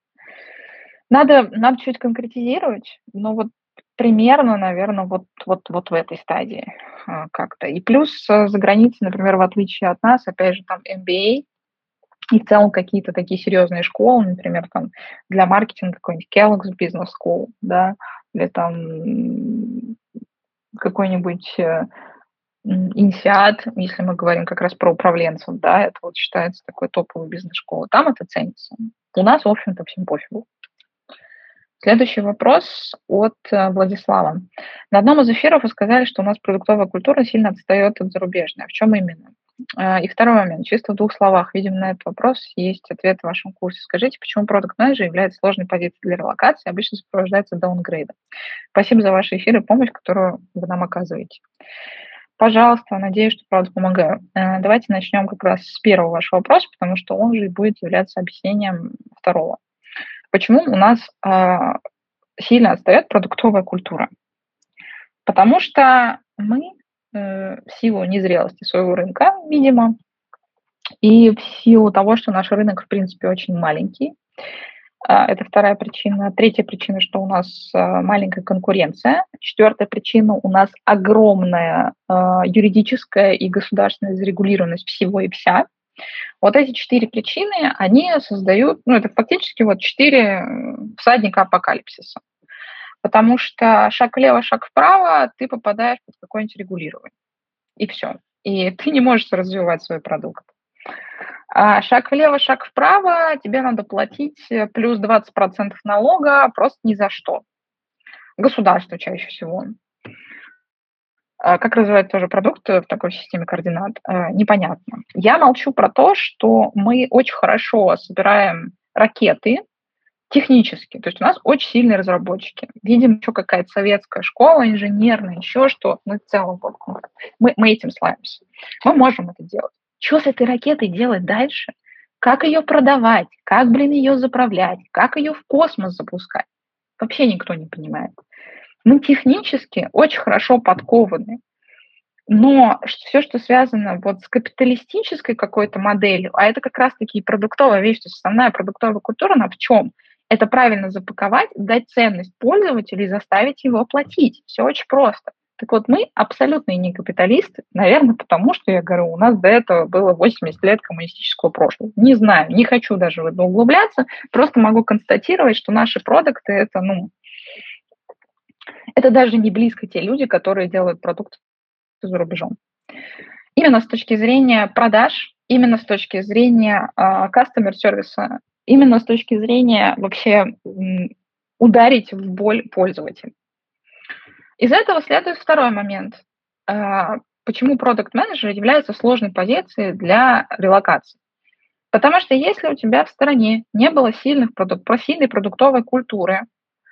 Speaker 2: Надо, надо чуть конкретизировать, но вот примерно, наверное, вот, вот, вот в этой стадии а, как-то. И плюс а, за границей, например, в отличие от нас, опять же, там эм би эй и в целом какие-то такие серьезные школы, например, там для маркетинга какой-нибудь Kellogg's Business School, да, или там м, какой-нибудь э, м, INSEAD, если мы говорим как раз про управленцев, да, это вот считается такой топовой бизнес-школой. Там это ценится. У нас, в общем-то, всем пофигу. Следующий вопрос от э, Владислава. На одном из эфиров вы сказали, что у нас продуктовая культура сильно отстает от зарубежной. В чем именно? А, И второй момент. Чисто в двух словах. Видимо, на этот вопрос есть ответ в вашем курсе. Скажите, почему продукт-менеджер является сложной позицией для релокации, обычно сопровождается даунгрейдом? Спасибо за ваши эфиры и помощь, которую вы нам оказываете. Пожалуйста, надеюсь, что правда помогаю. Э, Давайте начнем как раз с первого вашего вопроса, потому что он же и будет являться объяснением второго. Почему у нас а, сильно отстает продуктовая культура? Потому что мы э, в силу незрелости своего рынка, видимо, и в силу того, что наш рынок, в принципе, очень маленький, а, это вторая причина. Третья причина, что у нас а, маленькая конкуренция. Четвертая причина, у нас огромная а, юридическая и государственная зарегулированность всего и вся. Вот эти четыре причины, они создают, ну, это фактически вот четыре э, всадника апокалипсиса. Потому что шаг влево, шаг вправо, ты попадаешь под какое-нибудь регулирование. И все. И ты не можешь развивать свой продукт. А шаг влево, шаг вправо, тебе надо платить э, плюс двадцать процентов налога просто ни за что. Государство чаще всего. А как развивать тоже продукт в такой системе координат, э, непонятно. Я молчу про то, что мы очень хорошо собираем ракеты технически. То есть у нас очень сильные разработчики. Видим, еще какая-то советская школа, инженерная, еще что. Мы в целом вот, ну, мы, мы этим славимся. Мы можем это делать. Что с этой ракетой делать дальше? Как ее продавать? Как, блин, ее заправлять? Как ее в космос запускать? Вообще никто не понимает. Мы технически очень хорошо подкованы, но все, что связано вот с капиталистической какой-то моделью, а это как раз-таки продуктовая вещь, то есть основная продуктовая культура, она в чем? Это правильно запаковать, дать ценность пользователю и заставить его оплатить. Все очень просто. Так вот, мы абсолютные не капиталисты, наверное, потому что, я говорю, у нас до этого было восемьдесят лет коммунистического прошлого. Не знаю, не хочу даже в это углубляться, просто могу констатировать, что наши продукты — это, ну, это даже не близко те люди, которые делают продукты за рубежом. Именно с точки зрения продаж, именно с точки зрения а, customer сервиса, именно с точки зрения вообще м, ударить в боль пользователя. Из этого следует второй момент. А, Почему продукт-менеджер является сложной позицией для релокации? Потому что если у тебя в стране не было сильных продук- сильной продуктовой культуры,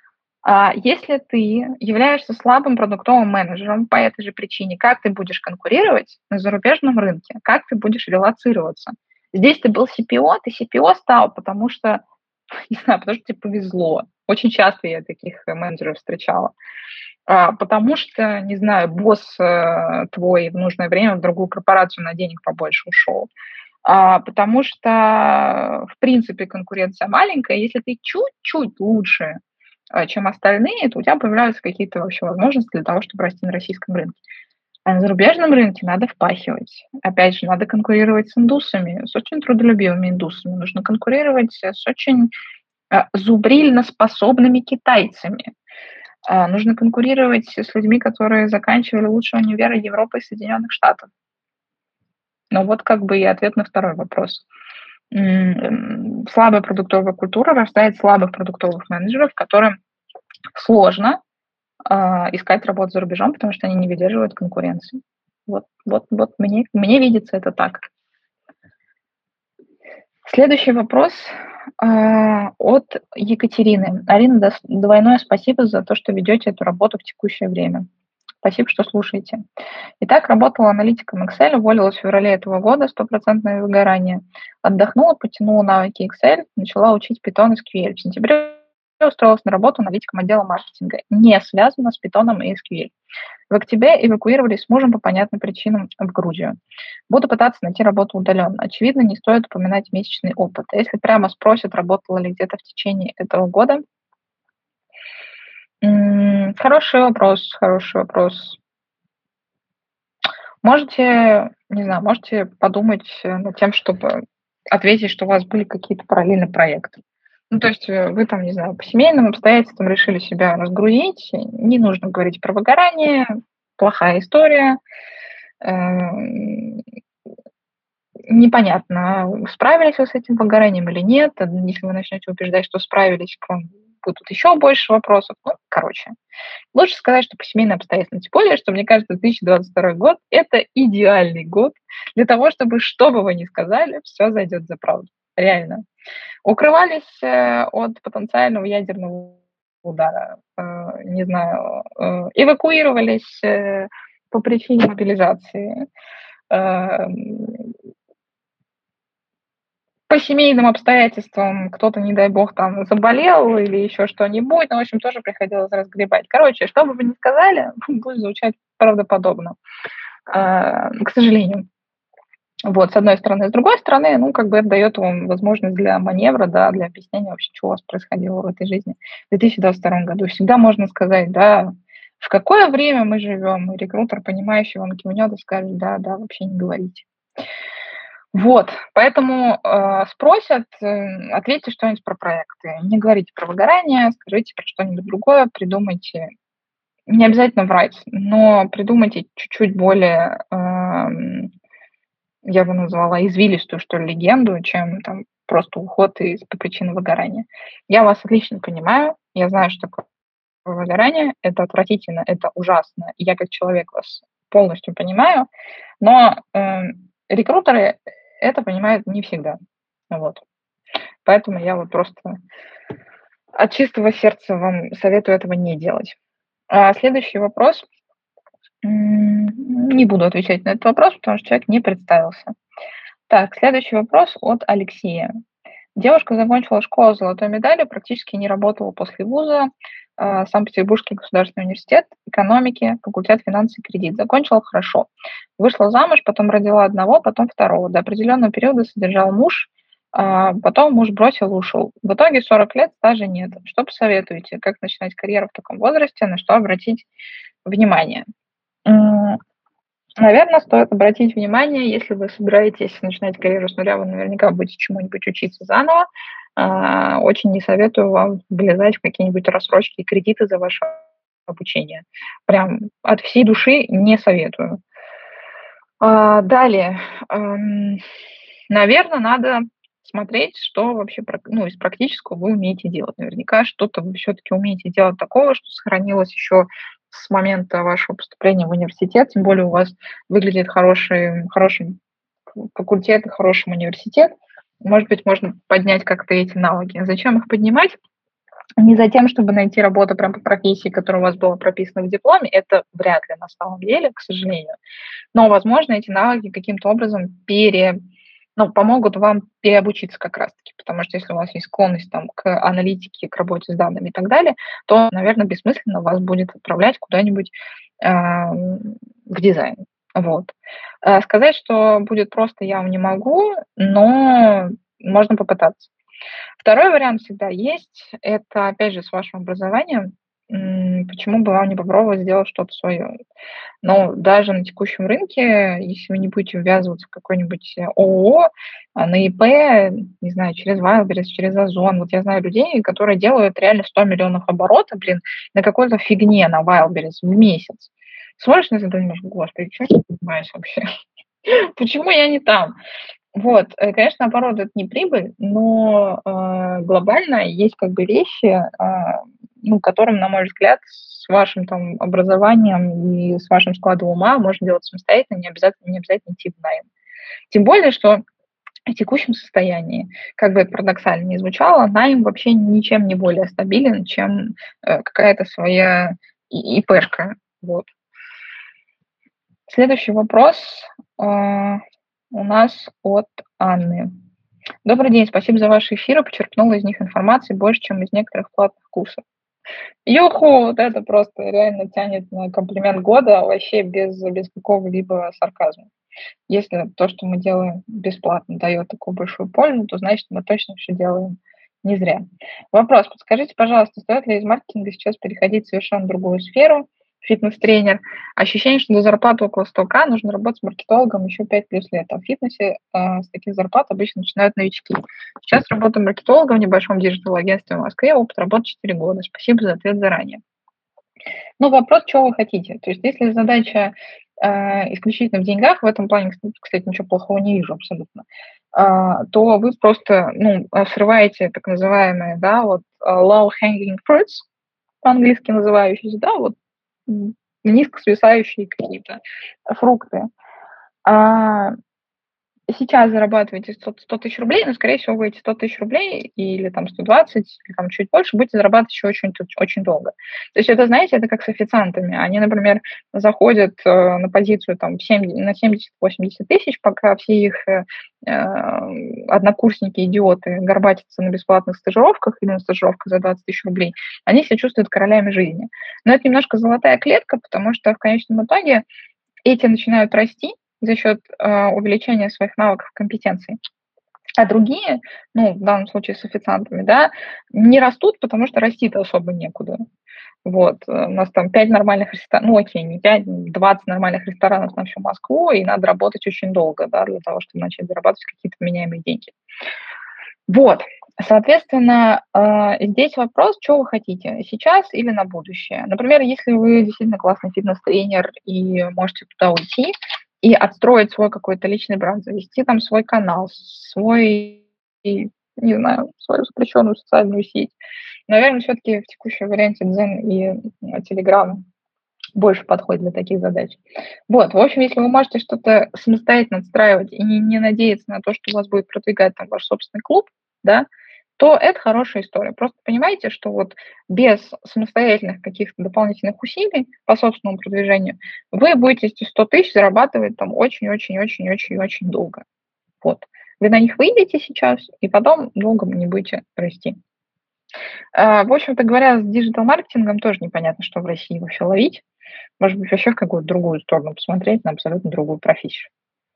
Speaker 2: А если ты являешься слабым продуктовым менеджером по этой же причине, как ты будешь конкурировать на зарубежном рынке? Как ты будешь релоцироваться? Здесь ты был си пи о, ты си пи о стал, потому что, не знаю, потому что тебе повезло. Очень часто я таких э, менеджеров встречала. А, потому что, не знаю, босс э, твой в нужное время в другую корпорацию на денег побольше ушел. А, потому что, в принципе, конкуренция маленькая. Если ты чуть-чуть лучше, а, чем остальные, то у тебя появляются какие-то вообще возможности для того, чтобы расти на российском рынке. А на зарубежном рынке надо впахивать. Опять же, надо конкурировать с индусами, с очень трудолюбивыми индусами. Нужно конкурировать э, с очень э, зубрильно способными китайцами. А, нужно конкурировать с людьми, которые заканчивали лучшие универы Европы и Соединенных Штатов. Ну вот как бы и ответ на второй вопрос. М, Слабая продуктовая культура рождает слабых продуктовых менеджеров, которым сложно а, искать работу за рубежом, потому что они не выдерживают конкуренции. Вот, вот, вот мне, мне видится это так. Следующий вопрос а, от Екатерины. Арина, дос- двойное спасибо за то, что ведете эту работу в текущее время. Спасибо, что слушаете. Итак, работала аналитиком Excel, уволилась в феврале этого года, стопроцентное выгорание. Отдохнула, потянула навыки Excel, начала учить Python и эс кью эль. В сентябре устроилась на работу аналитиком отдела маркетинга, не связано с Python и эс кью эль. В октябре эвакуировались с мужем по понятным причинам в Грузию. Буду пытаться найти работу удаленно. Очевидно, не стоит упоминать месячный опыт. А если прямо спросят, работала ли где-то в течение этого года, м, хороший вопрос, хороший вопрос. Можете, не знаю, можете подумать э, над тем, чтобы ответить, что у вас были какие-то параллельные проекты. Ну, то есть э, вы там, не знаю, по семейным обстоятельствам решили себя разгрузить, не нужно говорить про выгорание, плохая история, эм, непонятно, справились вы с этим выгоранием или нет. А Если вы начнете убеждать, что справились, к вам будут еще больше вопросов. Ну, короче, лучше сказать, что по семейным обстоятельствам. Тем более, что, мне кажется, две тысячи двадцать второй год – это идеальный год для того, чтобы, что бы вы ни сказали, все зайдет за правду. Реально. Укрывались э, от потенциального ядерного удара, э, не знаю, э, эвакуировались э, по причине мобилизации, э, по семейным обстоятельствам кто-то, не дай бог, там заболел или еще что-нибудь, ну, в общем, тоже приходилось разгребать. Короче, что бы вы ни сказали, будет звучать правдоподобно, а, к сожалению. Вот, с одной стороны. С другой стороны, ну, как бы это дает вам возможность для маневра, да, для объяснения вообще, что у вас происходило в этой жизни в две тысячи двадцать втором году. Всегда можно сказать, да, в какое время мы живем, и рекрутер, понимающий, вам кивнет и скажет, да, да, вообще не говорите. Вот, поэтому э, спросят, э, ответьте что-нибудь про проекты. Не говорите про выгорание, скажите про что-нибудь другое, придумайте. Не обязательно врать, но придумайте чуть-чуть более, эм, я бы назвала, извилистую, что ли, легенду, чем там просто уход из по причине выгорания. Я вас отлично понимаю, я знаю, что такое выгорание, это отвратительно, это ужасно, и я как человек вас полностью понимаю, но э, рекрутеры это понимают не всегда. Вот. Поэтому я вот просто от чистого сердца вам советую этого не делать. А следующий вопрос. М, Не буду отвечать на этот вопрос, потому что человек не представился. Так, следующий вопрос от Алексея. Девушка закончила школу с золотой медалью, практически не работала после вуза. а, Санкт-Петербургский государственный университет экономики, факультет финансов и кредит. Закончила хорошо. Вышла замуж, потом родила одного, потом второго. До определенного периода содержал муж, а, потом муж бросил и ушел. В итоге сорок лет стажа нет. Что посоветуете? Как начинать карьеру в таком возрасте? На что обратить внимание? Наверное, стоит обратить внимание, если вы собираетесь начинать карьеру с нуля, вы наверняка будете чему-нибудь учиться заново. А, Очень не советую вам влезать в какие-нибудь рассрочки и кредиты за ваше обучение. Прям от всей души не советую. А, Далее, наверное, надо смотреть, что вообще прак- ну, из практического вы умеете делать. Наверняка что-то вы все-таки умеете делать такого, что сохранилось еще с момента вашего поступления в университет, тем более у вас выглядит хороший, хорошим факультет и хорошим университет. Может быть, можно поднять как-то эти навыки. Зачем их поднимать? не за тем, чтобы найти работу прям по профессии, которая у вас была прописана в дипломе, это вряд ли на самом деле, к сожалению. Но, возможно, эти навыки каким-то образом пере, ну, помогут вам переобучиться как раз-таки, потому что если у вас есть склонность там, к аналитике, к работе с данными и так далее, то, наверное, бессмысленно вас будет отправлять куда-нибудь э, в дизайн. Вот. Э, сказать, что будет просто, я вам не могу, но можно попытаться. Второй вариант всегда есть. Это, опять же, с вашим образованием. М, Почему бы вам не попробовать сделать что-то свое? Но даже на текущем рынке, если вы не будете ввязываться в какой-нибудь э, ООО, а, на ИП, не знаю, через Wildberries, через Озон. Вот я знаю людей, которые делают реально сто миллионов оборота, блин, на какой-то фигне на Wildberries в месяц. Смотришь на это и думаешь, господи, что я занимаюсь вообще? Почему я не там? Вот, э, конечно, наоборот, это не прибыль, но э, глобально есть как бы вещи, а, ну, которым, на мой взгляд, с вашим там образованием и с вашим складом ума можно делать самостоятельно, не обязательно, не обязательно идти в найм. Тем более, что в текущем состоянии, как бы это парадоксально не звучало, найм вообще ничем не более стабилен, чем э, какая-то своя и- ИПшка. Вот. Следующий вопрос э, у нас от Анны. Добрый день, спасибо за ваши эфиры, почерпнула из них информации больше, чем из некоторых платных курсов. Юху, вот это просто реально тянет на комплимент года, вообще без, без какого-либо сарказма. Если то, что мы делаем бесплатно, дает такую большую пользу, то значит мы точно все делаем не зря. Вопрос, подскажите, пожалуйста, стоит ли из маркетинга сейчас переходить в совершенно другую сферу, фитнес-тренер? Ощущение, что до зарплаты около сто тысяч нужно работать маркетологом еще пять плюс лет. А в фитнесе э, с таких зарплат обычно начинают новички. Сейчас работаю маркетологом в небольшом диджитал-агентстве в Москве, опыт работы четыре года. Спасибо за ответ заранее. Ну, вопрос, что вы хотите. То есть если задача э, исключительно в деньгах, в этом плане, кстати, ничего плохого не вижу абсолютно, а, то вы просто ну, срываете так называемые, да, вот э, low-hanging fruits, по-английски называющиеся, да, вот м, низко свисающие какие-то фрукты. А, Сейчас зарабатываете сто, сто тысяч рублей, но, скорее всего, вы эти сто тысяч рублей или там сто двадцать, или там чуть больше будете зарабатывать еще очень, очень долго. То есть это, знаете, это как с официантами. Они, например, заходят э, на позицию там, семьдесят, на семьдесят-восемьдесят тысяч, пока все их э, однокурсники, идиоты, горбатятся на бесплатных стажировках или на стажировках за двадцать тысяч рублей, они себя чувствуют королями жизни. Но это немножко золотая клетка, потому что в конечном итоге эти начинают расти за счет э, увеличения своих навыков, компетенций. А другие, ну, в данном случае с официантами, да, не растут, потому что расти-то особо некуда. Вот, э, у нас там пять нормальных ресторанов, ну, окей, не пять, двадцать нормальных ресторанов на всю Москву, и надо работать очень долго, да, для того, чтобы начать зарабатывать какие-то меняемые деньги. Вот, соответственно, э, здесь вопрос, что вы хотите, сейчас или на будущее. Например, если вы действительно классный фитнес-тренер и можете туда уйти и отстроить свой какой-то личный бренд, завести там свой канал, свой, и, не знаю, свою запрещенную социальную сеть, наверное, все-таки в текущем варианте Дзен и Telegram больше подходит для таких задач. Вот, в общем, если вы можете что-то самостоятельно отстраивать и не, не надеяться на то, что у вас будет продвигать там ваш собственный клуб, да, то это хорошая история. Просто понимаете, что вот без самостоятельных каких-то дополнительных усилий по собственному продвижению вы будете эти сто тысяч зарабатывать там очень-очень-очень-очень-очень долго. Вот. Вы на них выйдете сейчас, и потом долго не будете расти. А, В общем-то говоря, с диджитал-маркетингом тоже непонятно, что в России вообще ловить. Может быть, вообще в какую-то другую сторону посмотреть, на абсолютно другую профессию.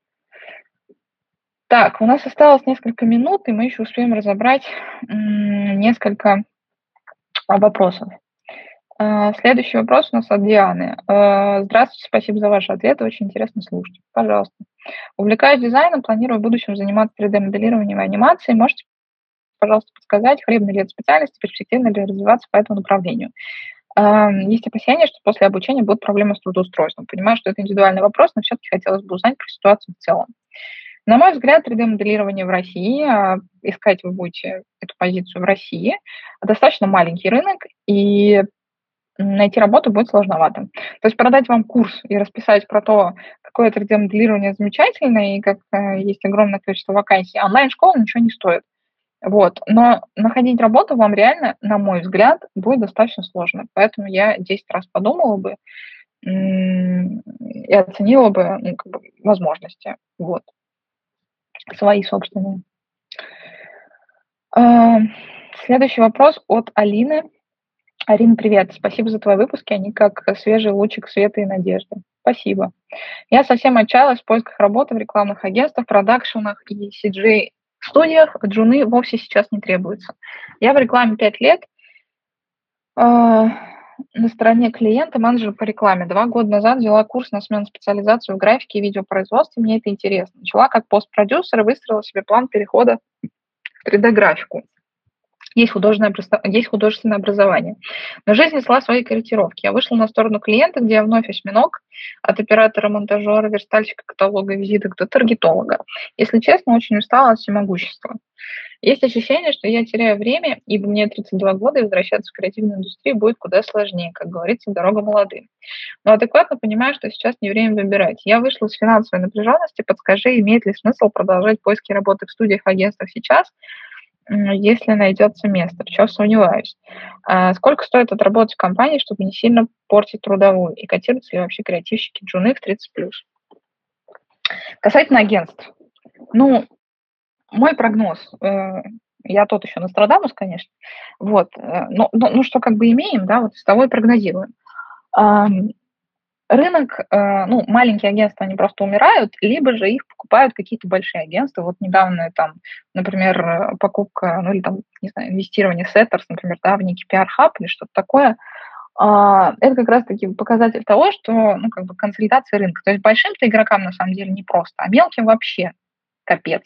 Speaker 2: Так, у нас осталось несколько минут, и мы еще успеем разобрать м, несколько а, вопросов. А, Следующий вопрос у нас от Дианы. А, Здравствуйте, спасибо за ваши ответы, очень интересно слушать. Пожалуйста. Увлекаюсь дизайном, планирую в будущем заниматься три дэ-моделированием и анимацией. Можете, пожалуйста, подсказать, хлебная ли это специальность, перспективно ли развиваться по этому направлению? Ам, Есть опасения, что после обучения будут проблемы с трудоустройством. Понимаю, что это индивидуальный вопрос, но все-таки хотелось бы узнать про ситуацию в целом. На мой взгляд, три дэ-моделирование в России, а, искать вы будете эту позицию в России, достаточно маленький рынок, и найти работу будет сложновато. То есть продать вам курс и расписать про то, какое три дэ-моделирование замечательное и как э, есть огромное количество вакансий, онлайн-школа ничего не стоит. Вот. Но находить работу вам реально, на мой взгляд, будет достаточно сложно. Поэтому я десять раз подумала бы м, и оценила бы, ну, как бы, возможности. Вот. Свои собственные. А, Следующий вопрос от Алины. Арина, привет. Спасибо за твои выпуски. Они как свежий лучик света и надежды. Спасибо. Я совсем отчаялась в поисках работы в рекламных агентствах, продакшенах и си джей-студиях. Джуны вовсе сейчас не требуются. Я в рекламе пять лет. а, На стороне клиента, менеджер по рекламе. Два года назад взяла курс на смену специализацию в графике и видеопроизводстве. Мне это интересно. Начала как постпродюсер и выстроила себе план перехода в три дэ-графику. Есть художественное, есть художественное образование. Но жизнь несла свои корректировки. Я вышла на сторону клиента, где я вновь осьминог, от оператора, монтажера, верстальщика, каталога, визиток до таргетолога. Если честно, очень устала от всемогущества. Есть ощущение, что я теряю время, ибо мне тридцать два года, и возвращаться в креативную индустрию будет куда сложнее, как говорится, дорога молодым. Но адекватно понимаю, что сейчас не время выбирать. Я вышла с финансовой напряженности. Подскажи, имеет ли смысл продолжать поиски работы в студиях, агентствах сейчас, если найдется место, в чем сомневаюсь. А сколько стоит отработать в компании, чтобы не сильно портить трудовую? И котируются ли вообще креативщики джуны в тридцать плюс? Касательно агентств. Ну, мой прогноз, э, я тот еще Нострадамус, конечно, вот, э, но, но, ну, что как бы имеем, да, вот с того и прогнозируем. Ам, Рынок, э, ну, маленькие агентства, они просто умирают, либо же их покупают какие-то большие агентства. Вот недавно там, например, э, покупка, ну или там, не знаю, инвестирование Setters, например, да, в некий пиар-хаб или что-то такое. А, Это как раз-таки показатель того, что, ну, как бы консолидация рынка. То есть большим-то игрокам на самом деле не просто, а мелким вообще капец.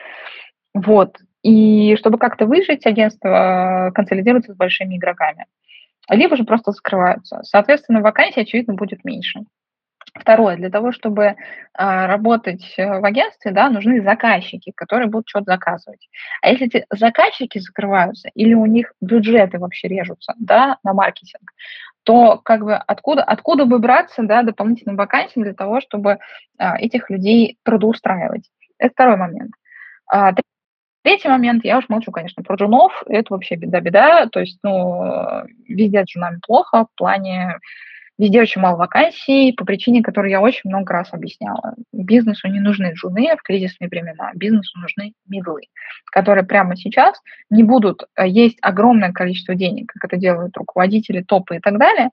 Speaker 2: Вот. И чтобы как-то выжить, агентства консолидируются с большими игроками. Либо же просто закрываются. Соответственно, вакансий, очевидно, будет меньше. Второе, для того, чтобы а, работать э, в агентстве, да, нужны заказчики, которые будут что-то заказывать. А если эти заказчики закрываются или у них бюджеты вообще режутся, да, на маркетинг, то как бы откуда, откуда бы браться, да, дополнительным вакансиям для того, чтобы а, этих людей трудоустраивать? Это второй момент. А, Третий момент, я уж молчу, конечно, про джунов, это вообще беда-беда, то есть, ну, э, везде с джунами плохо, в плане, везде очень мало вакансий, по причине, которую я очень много раз объясняла. Бизнесу не нужны джуны в кризисные времена, бизнесу нужны мидлы, которые прямо сейчас не будут э, есть огромное количество денег, как это делают руководители, топы и так далее,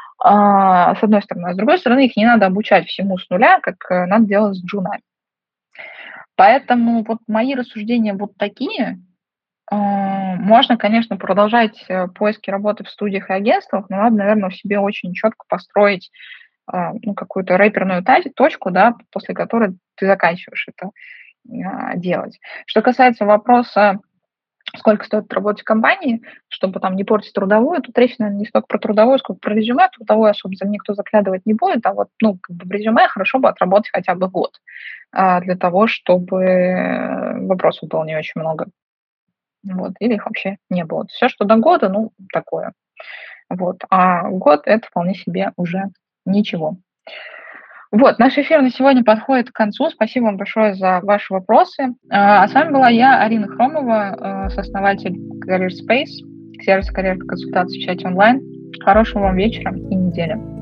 Speaker 2: а, с одной стороны, а с другой стороны, их не надо обучать всему с нуля, как э, надо делать с джунами. Поэтому вот мои рассуждения вот такие. А, Можно, конечно, продолжать э, поиски работы в студиях и агентствах, но надо, наверное, в себе очень четко построить а, ну, какую-то рэперную та- точку, да, после которой ты заканчиваешь это а, делать. Что касается вопроса, сколько стоит работать в компании, чтобы там не портить трудовую, тут речь, наверное, не столько про трудовую, сколько про резюме. Трудовую особо за никто заглядывать не будет, а вот, ну, как бы в резюме хорошо бы отработать хотя бы год а, для того, чтобы э, вопросов было не очень много. Вот, или их вообще не было. Все, что до года, ну, такое. Вот. А год- это вполне себе уже ничего. Вот, наш эфир на сегодня подходит к концу. Спасибо вам большое за ваши вопросы. А с вами была я, Арина Хромова, э, сооснователь Career Space, сервиса карьерных консультаций в чате онлайн. Хорошего вам вечера и недели.